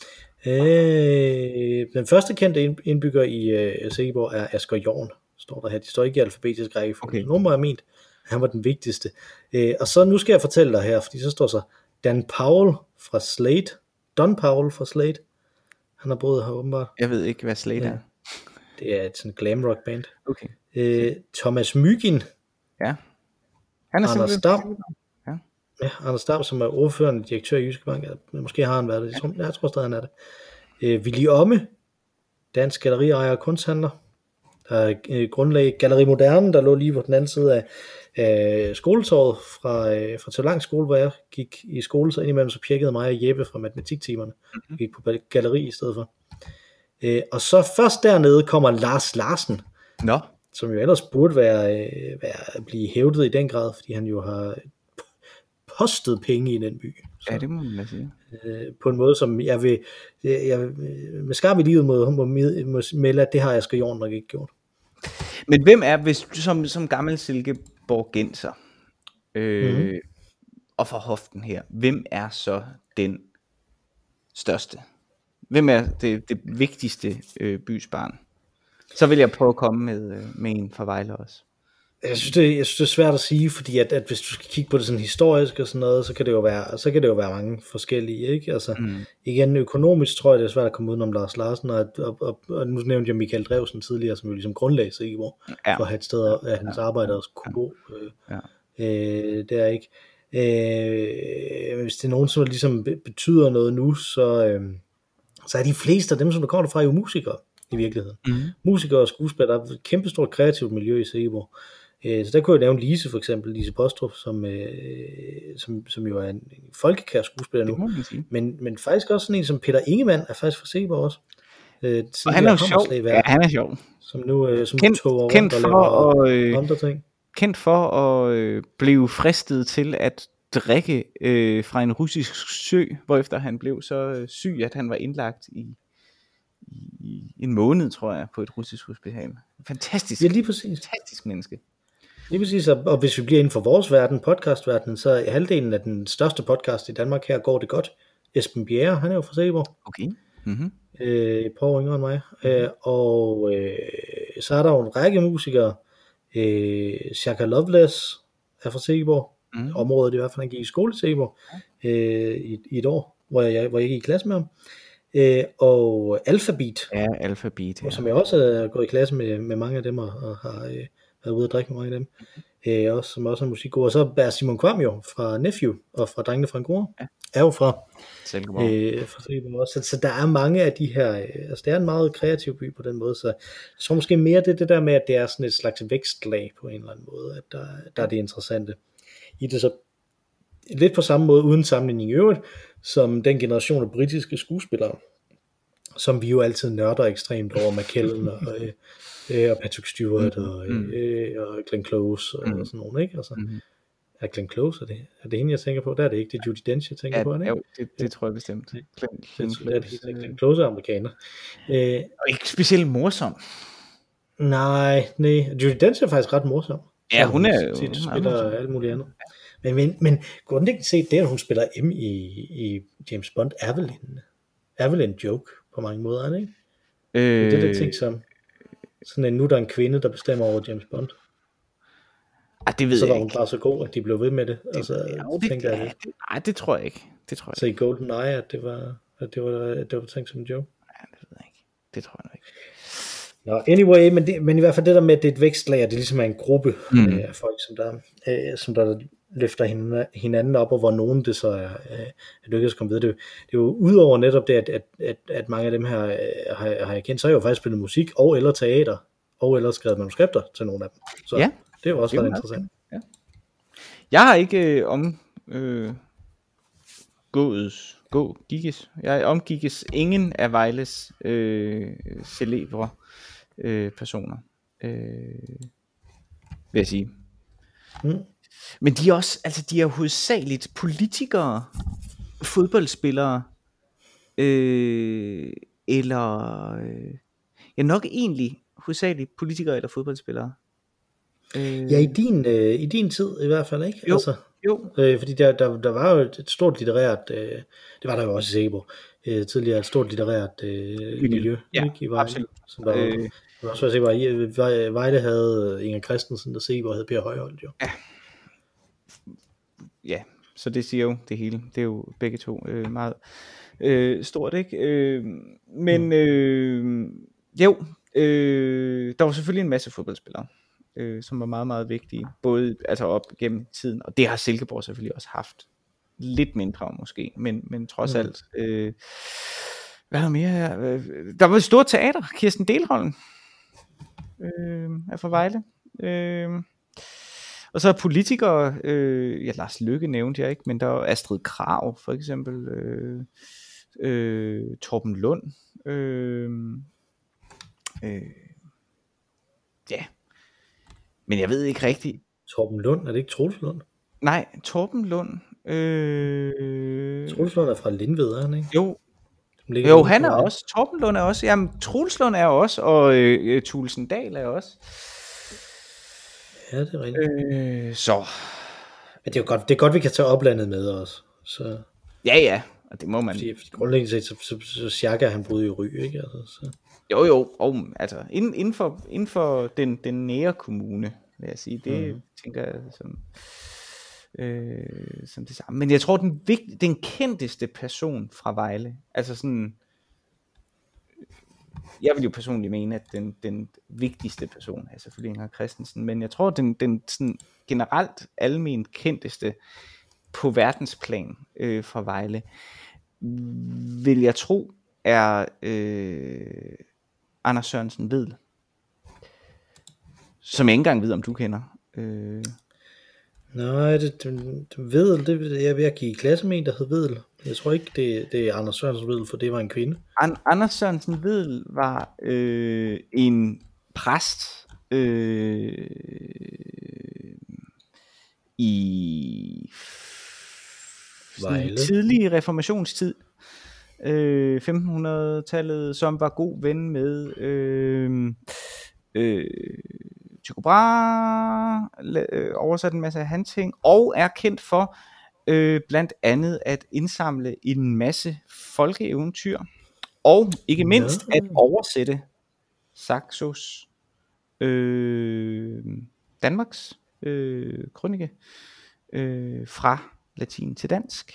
Den første kendte indbygger i Silkeborg er Asger Jorn, står der her. De står ikke i alfabetisk rækkefølge. Okay. Nogen må have ment, han var den vigtigste. Og så nu skal jeg fortælle dig her, fordi så står så Don Powell fra Slade. Han har boet her åbenbart. Jeg ved ikke, hvad Slade er. Det er et sådan glam rock band. Okay. Thomas Mygin. Ja. Han er Anders Dam. Ja, Anders Dam, som er ordførende direktør i Jyske Bank. Måske har han været det. Jeg tror stadig, han er det. Willy Omme, dansk galleriejer og kunsthandler. Der er grundlag Galleri Moderne, der lå lige på den anden side af skoletorvet fra så lang skole, hvor jeg gik i skole, så indimellem så pjekkede mig og Jeppe fra matematiktimerne. Vi gik på galleri i stedet for. Og så først dernede kommer Lars Larsen, som jo ellers burde blive hævdet i den grad, fordi han jo har postet penge i den by. Så, ja, det må man da sige. På en måde, som jeg vil med skarp i livet må melde, at det har Asger Jorn nok ikke gjort. Men hvem er, hvis du som gammel silkeborgenser og fra hoften her, hvem er så den største? Hvem er det vigtigste bysbarn? Så vil jeg prøve at komme med en fra Vejle også. Jeg synes, det er svært at sige, fordi at hvis du skal kigge på det sådan historisk og sådan noget, så kan det jo være mange forskellige, ikke? Altså, igen, økonomisk tror jeg, det er svært at komme udenom Lars Larsen, og nu nævnte jeg Michael Drewsen tidligere, som jo ligesom grundlag Silkeborg, for at have et sted, at hans arbejder også kunne bo. Det er ikke. Hvis det er nogen, som ligesom betyder noget nu, så er de fleste af dem, som der kommer derfra, jo musikere i virkeligheden. Musikere og skuespillere, der er et kæmpestort kreativt miljø i Silkeborg. Så der kunne jeg nævne Lise for eksempel, Lise Postrup, som jo er en folkekær skuespiller nu. Men faktisk også sådan en som Peter Ingemann er faktisk fra Silkeborg også. Og han er jo sjov. Ja, han er sjov. Som nu tog over kendt og laver andre ting. Kendt for at blive fristet til at drikke fra en russisk sø, hvorefter han blev så syg, at han var indlagt i en måned, tror jeg, på et russisk hospital. Fantastisk. Ja, lige præcis. Fantastisk menneske. Lige præcis, og hvis vi bliver inden for vores verden, podcastverdenen, så er halvdelen af den største podcast i Danmark her, Går det godt. Esben Bjerre, han er jo fra Silkeborg. Okay. Et par år yngre end mig. Og så er der jo en række musikere. Shaka Loveless er fra Silkeborg. Området i hvert fald, han gik i skole i Silkeborg i et år, hvor jeg gik i klasse med ham. Og Alphabet. Ja, Alphabet. Ja. Som jeg også har gået i klasse med mange af dem, og har været ude at drikke med mange af dem. Som også er musikgruppe. Og så er Simon Kvam jo fra Nephew, og fra Drengene fra Angora, er jo fra Silkeborg også. Så der er mange af de her, altså det er en meget kreativ by på den måde, så jeg tror måske mere det der med, at det er sådan et slags vækstlag på en eller anden måde, at der er det interessante i det. Så lidt på samme måde, uden sammenligning i øvrigt, som den generation af britiske skuespillere, som vi jo altid nørder ekstremt over, McKellen og Patrick Stewart og Glenn Close og sådan nogen, ikke? Altså, er Glenn Close, er det hende, jeg tænker på? Der er det ikke, det er Judi Dench, jeg tænker på, ikke? Jo, det tror jeg bestemt. Glenn Close er amerikaner. Og ikke specielt morsom. Nej, Judi Dench er faktisk ret morsom. Ja, hun spiller alt muligt andet. Men grundlæggende set, det at hun spiller M i James Bond, er vel en joke på mange måder, ikke? Det er det ting som sådan nu der er en kvinde, der bestemmer over James Bond. Det ved så jeg var hun bare så god, at de blev ved med det. Det tror jeg ikke. Så i GoldenEye, at det var tænkt som en joke. Nej, det ved jeg ikke. Det tror jeg ikke. No, anyway, men i hvert fald det der med, at det er et vækstlag, det ligesom er en gruppe af folk, som der løfter hinanden op, og hvor nogen det så er lykkedes at komme videre. Det er jo udover netop det, at mange af dem her har jeg kendt, så har jeg jo faktisk spillet musik og eller teater, og eller skrevet manuskripter til nogle af dem. Så det er jo også ret interessant. Ja. Jeg har ikke gået gå Giges. Jeg omgikkes ingen af Vejles celebre personer, vil jeg sige. Men de er også, altså de er jo hovedsageligt politikere, fodboldspillere, eller ja, nok egentlig hovedsageligt politikere eller fodboldspillere. Ja, i din tid i hvert fald, ikke? Jo, altså, jo. Fordi der var jo et stort litterært, det var der jo også i Silkeborg, tidligere et stort litterært miljø, ja, ikke, i Vejle. Absolut. Som der var også for at se, Vejle havde Inger Christensen, der Silkeborg havde Per Højholt, jo. Ja, så det siger jo det hele. Det er jo begge to meget stort, ikke? Men jo, der var selvfølgelig en masse fodboldspillere, som var meget, meget vigtige, både altså op gennem tiden, og det har Silkeborg selvfølgelig også haft. Lidt mindre måske, men trods alt. Hvad er der mere her? Der var et stort teater, Kirsten Dehlholm er fra Vejle. Og så er politikere, ja, Lars Løkke nævnte jeg ikke, men der er Astrid Krag for eksempel, Torben Lund, ja, men jeg ved ikke rigtigt. Torben Lund, er det ikke Troels Lund? Nej, Torben Lund. Troels Lund er fra Lindved, er han ikke? Jo, han er også. Torben Lund er også. Jamen, Troels Lund er også, og Thulesen Dahl er også. Ja, det er rigtigt. Så. Men det er godt, vi kan tage oplandet med os. Så. Ja, og det må man. Fordi grundlæggende set, så Sjaka, han boede i Ry, ikke? Altså, så. Jo, altså inden for den nære kommune, vil jeg sige, det tænker jeg som det samme. Men jeg tror, den kendteste person fra Vejle, altså sådan, jeg vil jo personligt mene, at den vigtigste person er selvfølgelig Inger Christensen, men jeg tror, den sådan generelt almen kendteste på verdensplan fra Vejle, vil jeg tro, er Anders Sørensen Vedel, som jeg ikke engang ved, om du kender. Nej, Vedel, det er ved at give klasse med en, der hed Vedel. Jeg tror ikke, det er Anders Sørensen Vedel, for det var en kvinde. Anders Sørensen Vedel var en præst i tidlig reformationstid, 1500-tallet, som var god ven med Tycho Brahe, oversat en masse af hans ting, og er kendt for blandt andet at indsamle en masse folkeeventyr, og ikke mindst at oversætte Saxos Danmarks krønike fra latin til dansk.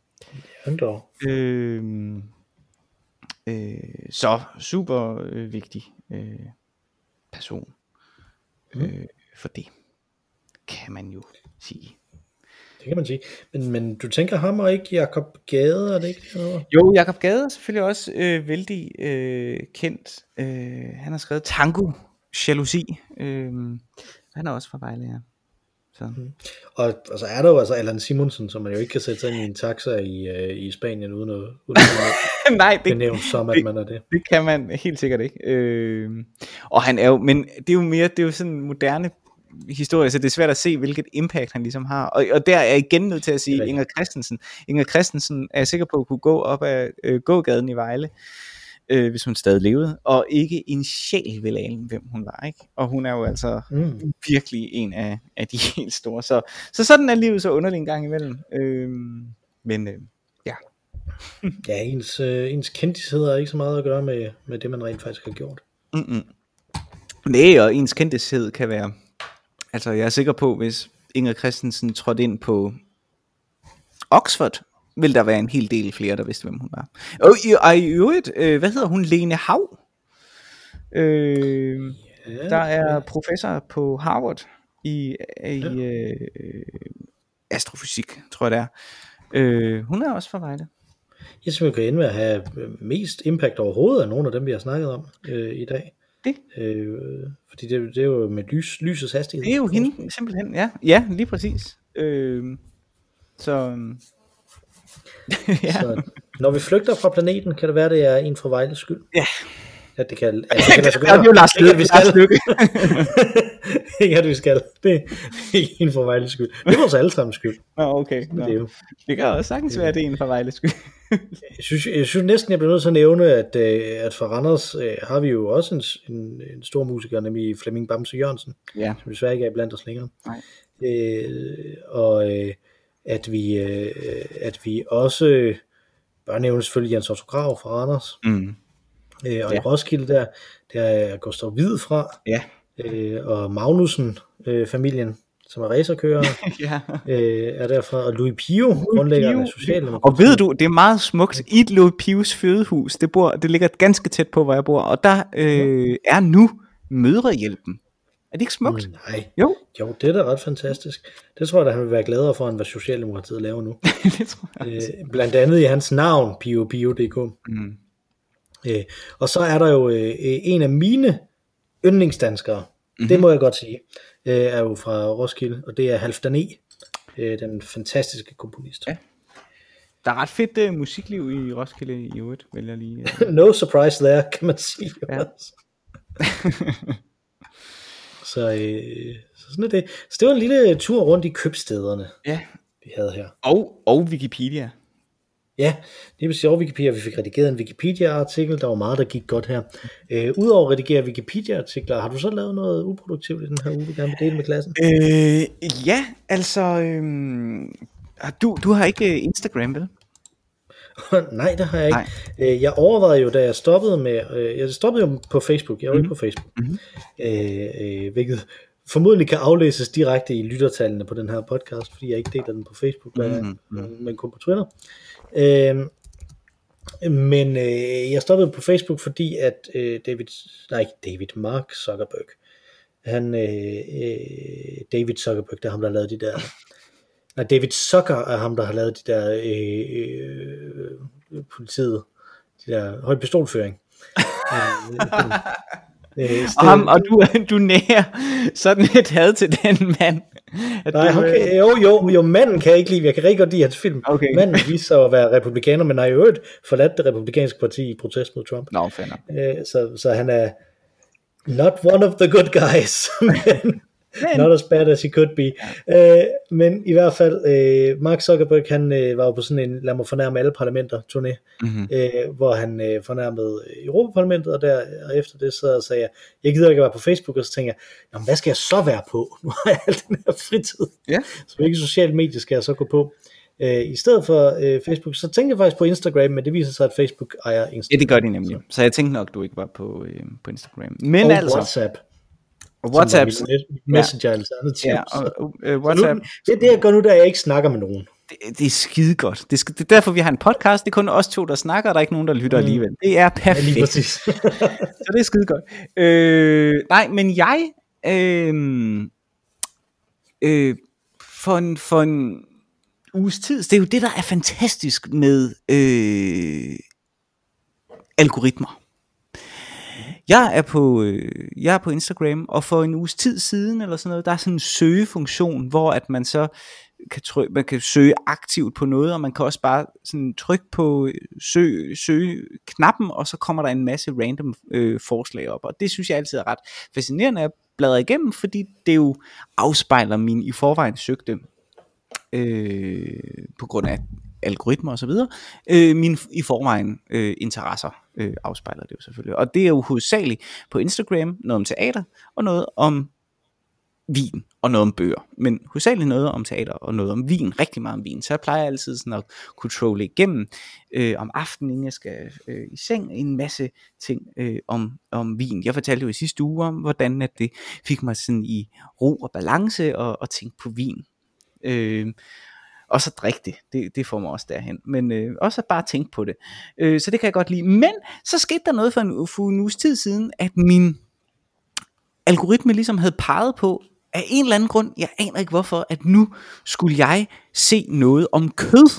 Så super vigtig person for det, kan man jo sige. Det kan man sige. Men du tænker ham og ikke Jakob Gade, er det ikke noget? Jo, Jakob Gade er selvfølgelig også vældig kendt. Han har skrevet Tango Jalousi. Han er også fra Vejle, ja. Så. Og så er der jo altså Allan Simonsen, som man jo ikke kan sætte sig ind i en taxa i Spanien uden at nej, benævne som, at man er det. Det kan man helt sikkert ikke. Og han er jo, men det er jo mere, det er jo sådan en moderne historie, så det er svært at se, hvilket impact han ligesom har. Og der er jeg igen nødt til at sige Inger Christensen. Inger Christensen er jeg sikker på at kunne gå op ad gågaden i Vejle, hvis hun stadig levede, og ikke en sjæl vil ane, hvem hun var, ikke? Og hun er jo altså virkelig en af de helt store. Så sådan er livet så underlig en gang imellem. Men ja. Ja, ens kendthed har ikke så meget at gøre med det, man rent faktisk har gjort. Nej, og ens kendthed kan være, altså jeg er sikker på, hvis Inger Christensen trådte ind på Oxford, vil der være en hel del flere, der vidste, hvem hun var. Og i øvrigt, hvad hedder hun? Lene Hav. Der er professor på Harvard i astrofysik, tror jeg det er. Hun er også fra Vejle. Jeg synes, vi kan ende med at have mest impact overhovedet af nogle af dem, vi har snakket om i dag. Det? Fordi det er jo med lysets hastighed. Det er jo hende, simpelthen, ja. Ja, lige præcis. Så Ja. Så når vi flygter fra planeten, kan det være, det er en fra Vejles skyld. Ja. At det kan lade sig Det er gøre. jo Lars Ikke, at vi skal. Løkke. Ikke at vi skal. Det er ikke en for Vejles skyld. Det er vores allesammens skyld. Nå, okay. Nå. Det, er jo. Det kan også sagtens være, det er en fra Vejles skyld. Jeg synes næsten, jeg bliver nødt til at nævne, at for Randers har vi jo også en stor musiker, nemlig Flemming Bamse Jørgensen, Ja. som desværre ikke er blandt os længere. Nej. At vi også bør nævne selvfølgelig Jens Otto Krag fra Randers. Og i Roskilde der er Gustav Hvid fra, og Magnussen familien, som er racerkører, er derfra, og Louis Pio, grundlægger af Socialdemokratiet. Og ved du, det er meget smukt, i Louis Pios fødehus, det ligger ganske tæt på, hvor jeg bor, og der er nu Mødrehjælpen. Er det ikke smukt? Nej. Jo, det er da ret fantastisk. Det tror jeg da, han vil være gladere for, end hvad Socialdemokratiet laver nu. Det tror jeg blandt andet i hans navn, Pio.dk. Og så er der jo en af mine yndlingsdanskere, det må jeg godt sige, er jo fra Roskilde, og det er Halfdan E., den fantastiske komponist. Ja. Der er ret fedt musikliv i Roskilde i øvrigt, vil jeg lige... No surprise there, kan man sige. Ja. Så sådan er det. Så det var en lille tur rundt i købstederne, vi havde her. Og Wikipedia. Ja, det vil sige over Wikipedia, vi fik redigeret en Wikipedia-artikel, der var meget, der gik godt her. Udover at redigere Wikipedia-artikler, har du så lavet noget uproduktivt i den her uge, du gerne vil dele med klassen? Ja, altså, du har ikke Instagram, vel? Nej, det har jeg ikke. Jeg overvejede jo, da jeg stoppede med, jeg stoppede jo på Facebook, jeg var ikke på Facebook, hvilket formodentlig kan aflæses direkte i lyttertallene på den her podcast, fordi jeg ikke deler den på Facebook, men kun på Twitter. Men jeg stoppede på Facebook, fordi at Mark Zuckerberg, David Zuckerberg, det er ham, der har lavet de der, David Zucker er ham, der har lavet de der politiet, de der høj pistolføring. Og du nærer sådan et had til den mand. Nej, okay. Jo, manden kan jeg ikke lide. Jeg kan rigtig godt lide hans film. Okay. Manden viser sig at være republikaner, men har i øvrigt forladt det republikanske parti i protest mod Trump. Så han er not one of the good guys. Not as bad as he could be. Men i hvert fald, Mark Zuckerberg, han var jo på sådan en lad mig fornærme alle parlamenter turné, hvor han fornærmede Europaparlamentet, og efter det så sagde jeg gider ikke at være på Facebook, og så tænkte jeg, hvad skal jeg så være på? Nu har jeg al den her fritid. Så hvilke sociale medier skal jeg så gå på? I stedet for Facebook, så tænkte jeg faktisk på Instagram, men det viser sig, at Facebook ejer Instagram. Ja, det gør de nemlig. Så jeg tænkte nok, du ikke var på Instagram. Men og altså WhatsApp. WhatsApp. Messenger alternativ. Ja, WhatsApp. Nu, det er det, jeg gør nu, da jeg ikke snakker med nogen. Det er skide godt. Det er derfor, vi har en podcast. Det er kun os to, der snakker, og der er ikke nogen, der lytter alligevel. Det er perfekt. Ja, lige præcis. Så det er skide godt. Nej, men jeg for en uges tid, det er jo det, der er fantastisk med algoritmer. Jeg er på Instagram, og for en uges tid siden eller sådan noget, der er sådan en søgefunktion, hvor at man så man kan søge aktivt på noget, og man kan også bare sådan trykke på søge-knappen, og så kommer der en masse random forslag op, og det synes jeg altid er ret fascinerende at bladre igennem, fordi det jo afspejler min i forvejen søgte på grund af algoritmer og så videre, mine i forvejen interesser afspejler det jo selvfølgelig. Og det er jo hovedsageligt på Instagram noget om teater og noget om vin og noget om bøger, men hovedsageligt noget om teater og noget om vin, rigtig meget om vin. Så jeg plejer altid sådan at kunne trolle igennem om aftenen, inden jeg skal i seng, en masse ting om vin. Jeg fortalte jo i sidste uge om, hvordan at det fik mig sådan i ro og balance og tænke på vin. Og så drikke det får mig også derhen. Men også at bare tænke på det. Så det kan jeg godt lide. Men så skete der noget for en uges tid siden, at min algoritme ligesom havde peget på, af en eller anden grund, jeg aner ikke hvorfor, at nu skulle jeg se noget om kød.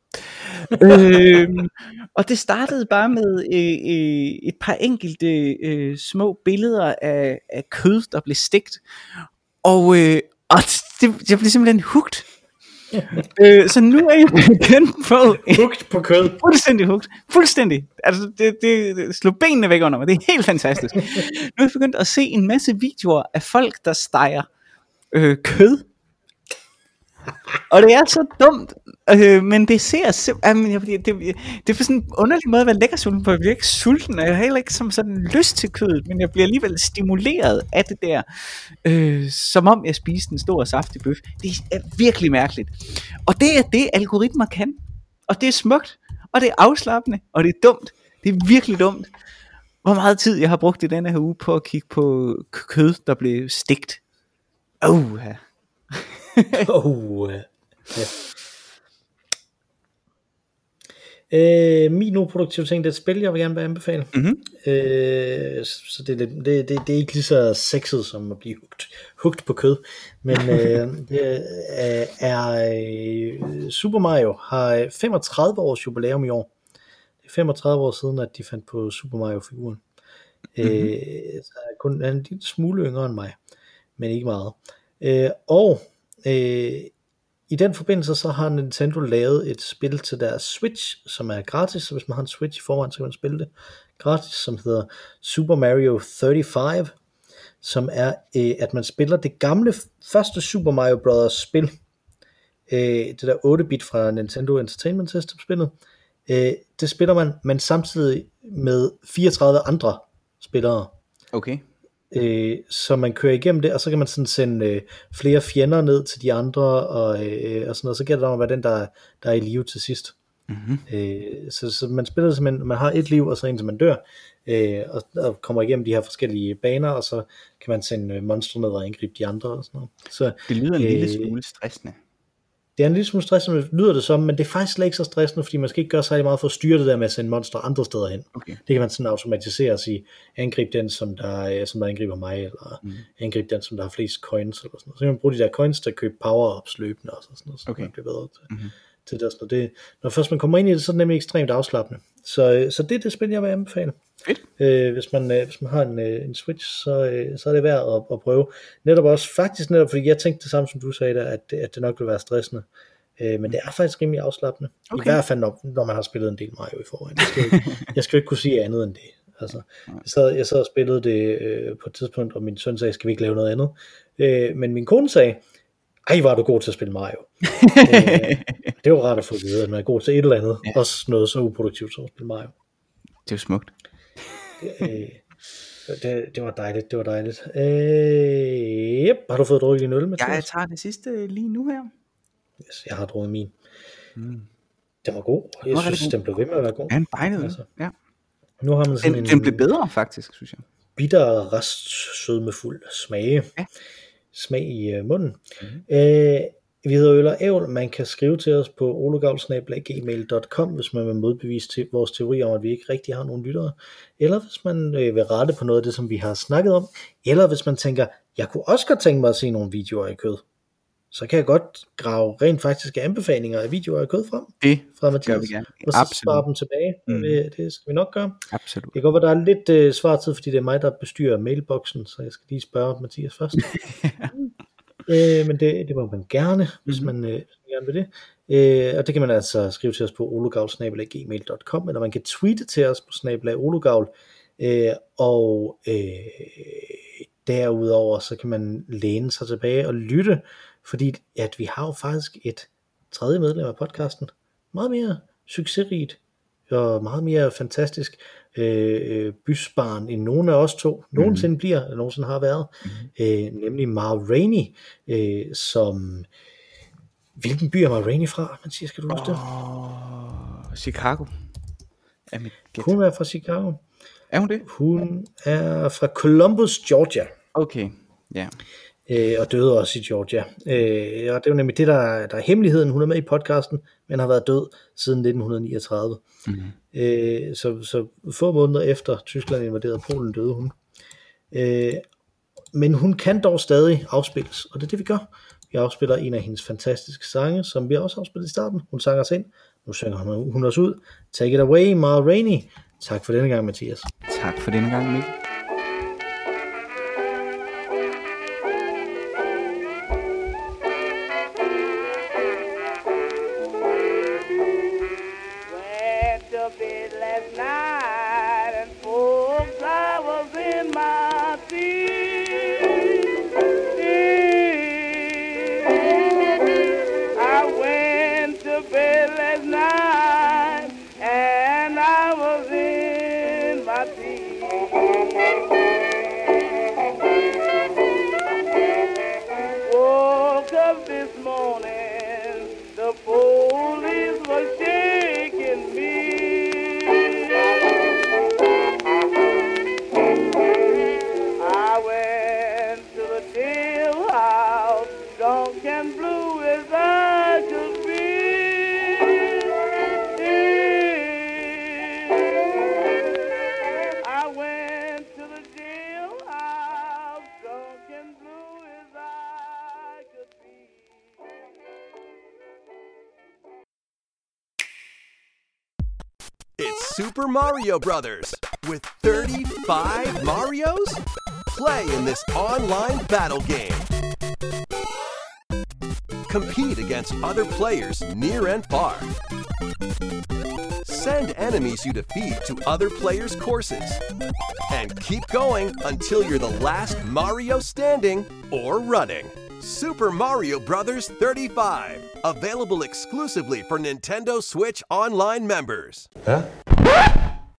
Og det startede bare med et par enkelte små billeder af kød, der blev stegt. Og jeg blev simpelthen hooked. Så nu er jeg begyndt på... Hugt på kød. Fuldstændig hugt. Fuldstændig. Altså, det slog benene væk under mig. Det er helt fantastisk. Nu er jeg begyndt at se en masse videoer af folk, der steger kød. Og det er så dumt, men det ser simpelthen, det er for sådan en underlig måde at være lækker sulten på. Jeg bliver ikke sulten, og jeg har heller ikke sådan lyst til kødet, men jeg bliver alligevel stimuleret af det der, som om jeg spiste en stor saftig bøf. Det er virkelig mærkeligt. Og det er det, algoritmer kan. Og det er smukt, og det er afslappende, og det er dumt. Det er virkelig dumt. Hvor meget tid jeg har brugt i denne her uge på at kigge på kød, der blev stegt. Ja. Ja. Min uproduktive ting, det er et spil, jeg vil gerne anbefale. Så det er ikke lige så sexet som at blive hugt på kød, men det er Super Mario har 35 års jubilæum i år. Det er 35 år siden, at de fandt på Super Mario-figuren. Så han er en lille smule yngre end mig, men ikke meget. I den forbindelse så har Nintendo lavet et spil til deres Switch, som er gratis, så hvis man har en Switch i forvejen, så kan man spille det gratis, som hedder Super Mario 35, som er, at man spiller det gamle første Super Mario Bros. Spil, det der 8-bit fra Nintendo Entertainment System spillet, det spiller man, men samtidig med 34 andre spillere. Okay. Så man kører igennem det, og så kan man sådan sende flere fjender ned til de andre, og sådan noget. Så gælder det om at være den, der er i live til sidst. Så man spiller simpelthen, man har et liv, og så en, som man dør, og kommer igennem de her forskellige baner, og så kan man sende monstre ned og angribe de andre, og sådan noget. Så, det lyder en lille smule stressende. Det er en lille smule stressende, lyder det som, men det er faktisk slet ikke så stressende, fordi man skal ikke gøre særlig meget for at styre det der med at sende monster andre steder hen. Okay. Det kan man sådan automatisere og sige, angrib den, som der angriber mig, eller angrib den, som der har flest coins, eller sådan noget. Så kan man bruge de der coins til at købe power-ups løbende, og sådan noget, så man bliver bedre til det. Sådan noget. Når først man kommer ind i det, så er det nemlig ekstremt afslappende. Så det er det spil, jeg vil anbefale. Hvis man har en Switch, så er det værd at prøve. Netop fordi jeg tænkte det samme som du sagde der, at det nok vil være stressende, men det er faktisk rimelig afslappende. I hvert fald når man har spillet en del Mario i forvejen. Jeg skal jo ikke kunne sige andet end det. Altså, jeg sad og spillede det på et tidspunkt, og min søn sagde, skal vi ikke lave noget andet, men min kone sagde, ej, var du god til at spille Mario. Det var rart at få at vide, at man er god til et eller andet, også noget så uproduktivt som at spille Mario. Det er jo smukt. Det var dejligt. Yep. Har du fået drukket din øl, Mathias? Ja, jeg tager det sidste lige nu her. Yes, jeg har drukket min. Den var god. Jeg synes, den blev ved med at være god. Ja, en bejnet. Altså. Ja. Nu har man sådan den blev bedre, faktisk, synes jeg. Bitter, restsødmefuld smag i munden. Vi hedder Øl og Ævl. Man kan skrive til os på ologavl@gmail.com, hvis man vil modbevise til vores teori om, at vi ikke rigtig har nogen lyttere, eller hvis man vil rette på noget af det, som vi har snakket om, eller hvis man tænker, jeg kunne også godt tænke mig at se nogle videoer af kød, så kan jeg godt grave rent faktiske anbefalinger af videoer af kød frem. Det fra Mathias, gør vi gerne. og så spare dem tilbage. Det skal vi nok gøre. Absolut. Det kan godt være, der er lidt svartid, fordi det er mig, der bestyrer mailboksen, så jeg skal lige spørge Mathias først. Men det må man gerne, hvis man gerne vil det. Og det kan man altså skrive til os på ologavl@gmail.com, eller man kan tweete til os på @ologavl. Og derudover så kan man læne sig tilbage og lytte, fordi at vi har jo faktisk et tredje medlem af podcasten, meget mere succesrigt og meget mere fantastisk bysbarn end nogen af os to nogensinde bliver, eller nogensinde har været, nemlig Ma Rainey, som... Hvilken by er Ma Rainey fra, Mathias, skal du huske det? Chicago. Hun er fra Chicago. Er hun det? Hun er fra Columbus, Georgia. Okay, ja. Og døde også i Georgia. Og det er jo nemlig det, der er hemmeligheden. Hun er med i podcasten, men har været død siden 1939. Så få måneder efter Tyskland invaderede Polen, døde hun. Men hun kan dog stadig afspilles, og det er det, vi gør. Vi afspiller en af hendes fantastiske sange, som vi også afspillede i starten. Hun sang os ind. Nu synger hun os ud. Take it away, Ma Rainey. Tak for denne gang, Mathias. Tak for denne gang, Mikkel. Woke up this morning, the police were shaking me. I went to the jailhouse, drunk and blue as I could be. I went to the jailhouse, drunk and blue as I could be. It's Super Mario Brothers. With 35 Marios? Play in this online battle game. Compete against other players near and far. Send enemies you defeat to other players' courses. And keep going until you're the last Mario standing or running. Super Mario Brothers 35. Available exclusively for Nintendo Switch Online members. Huh?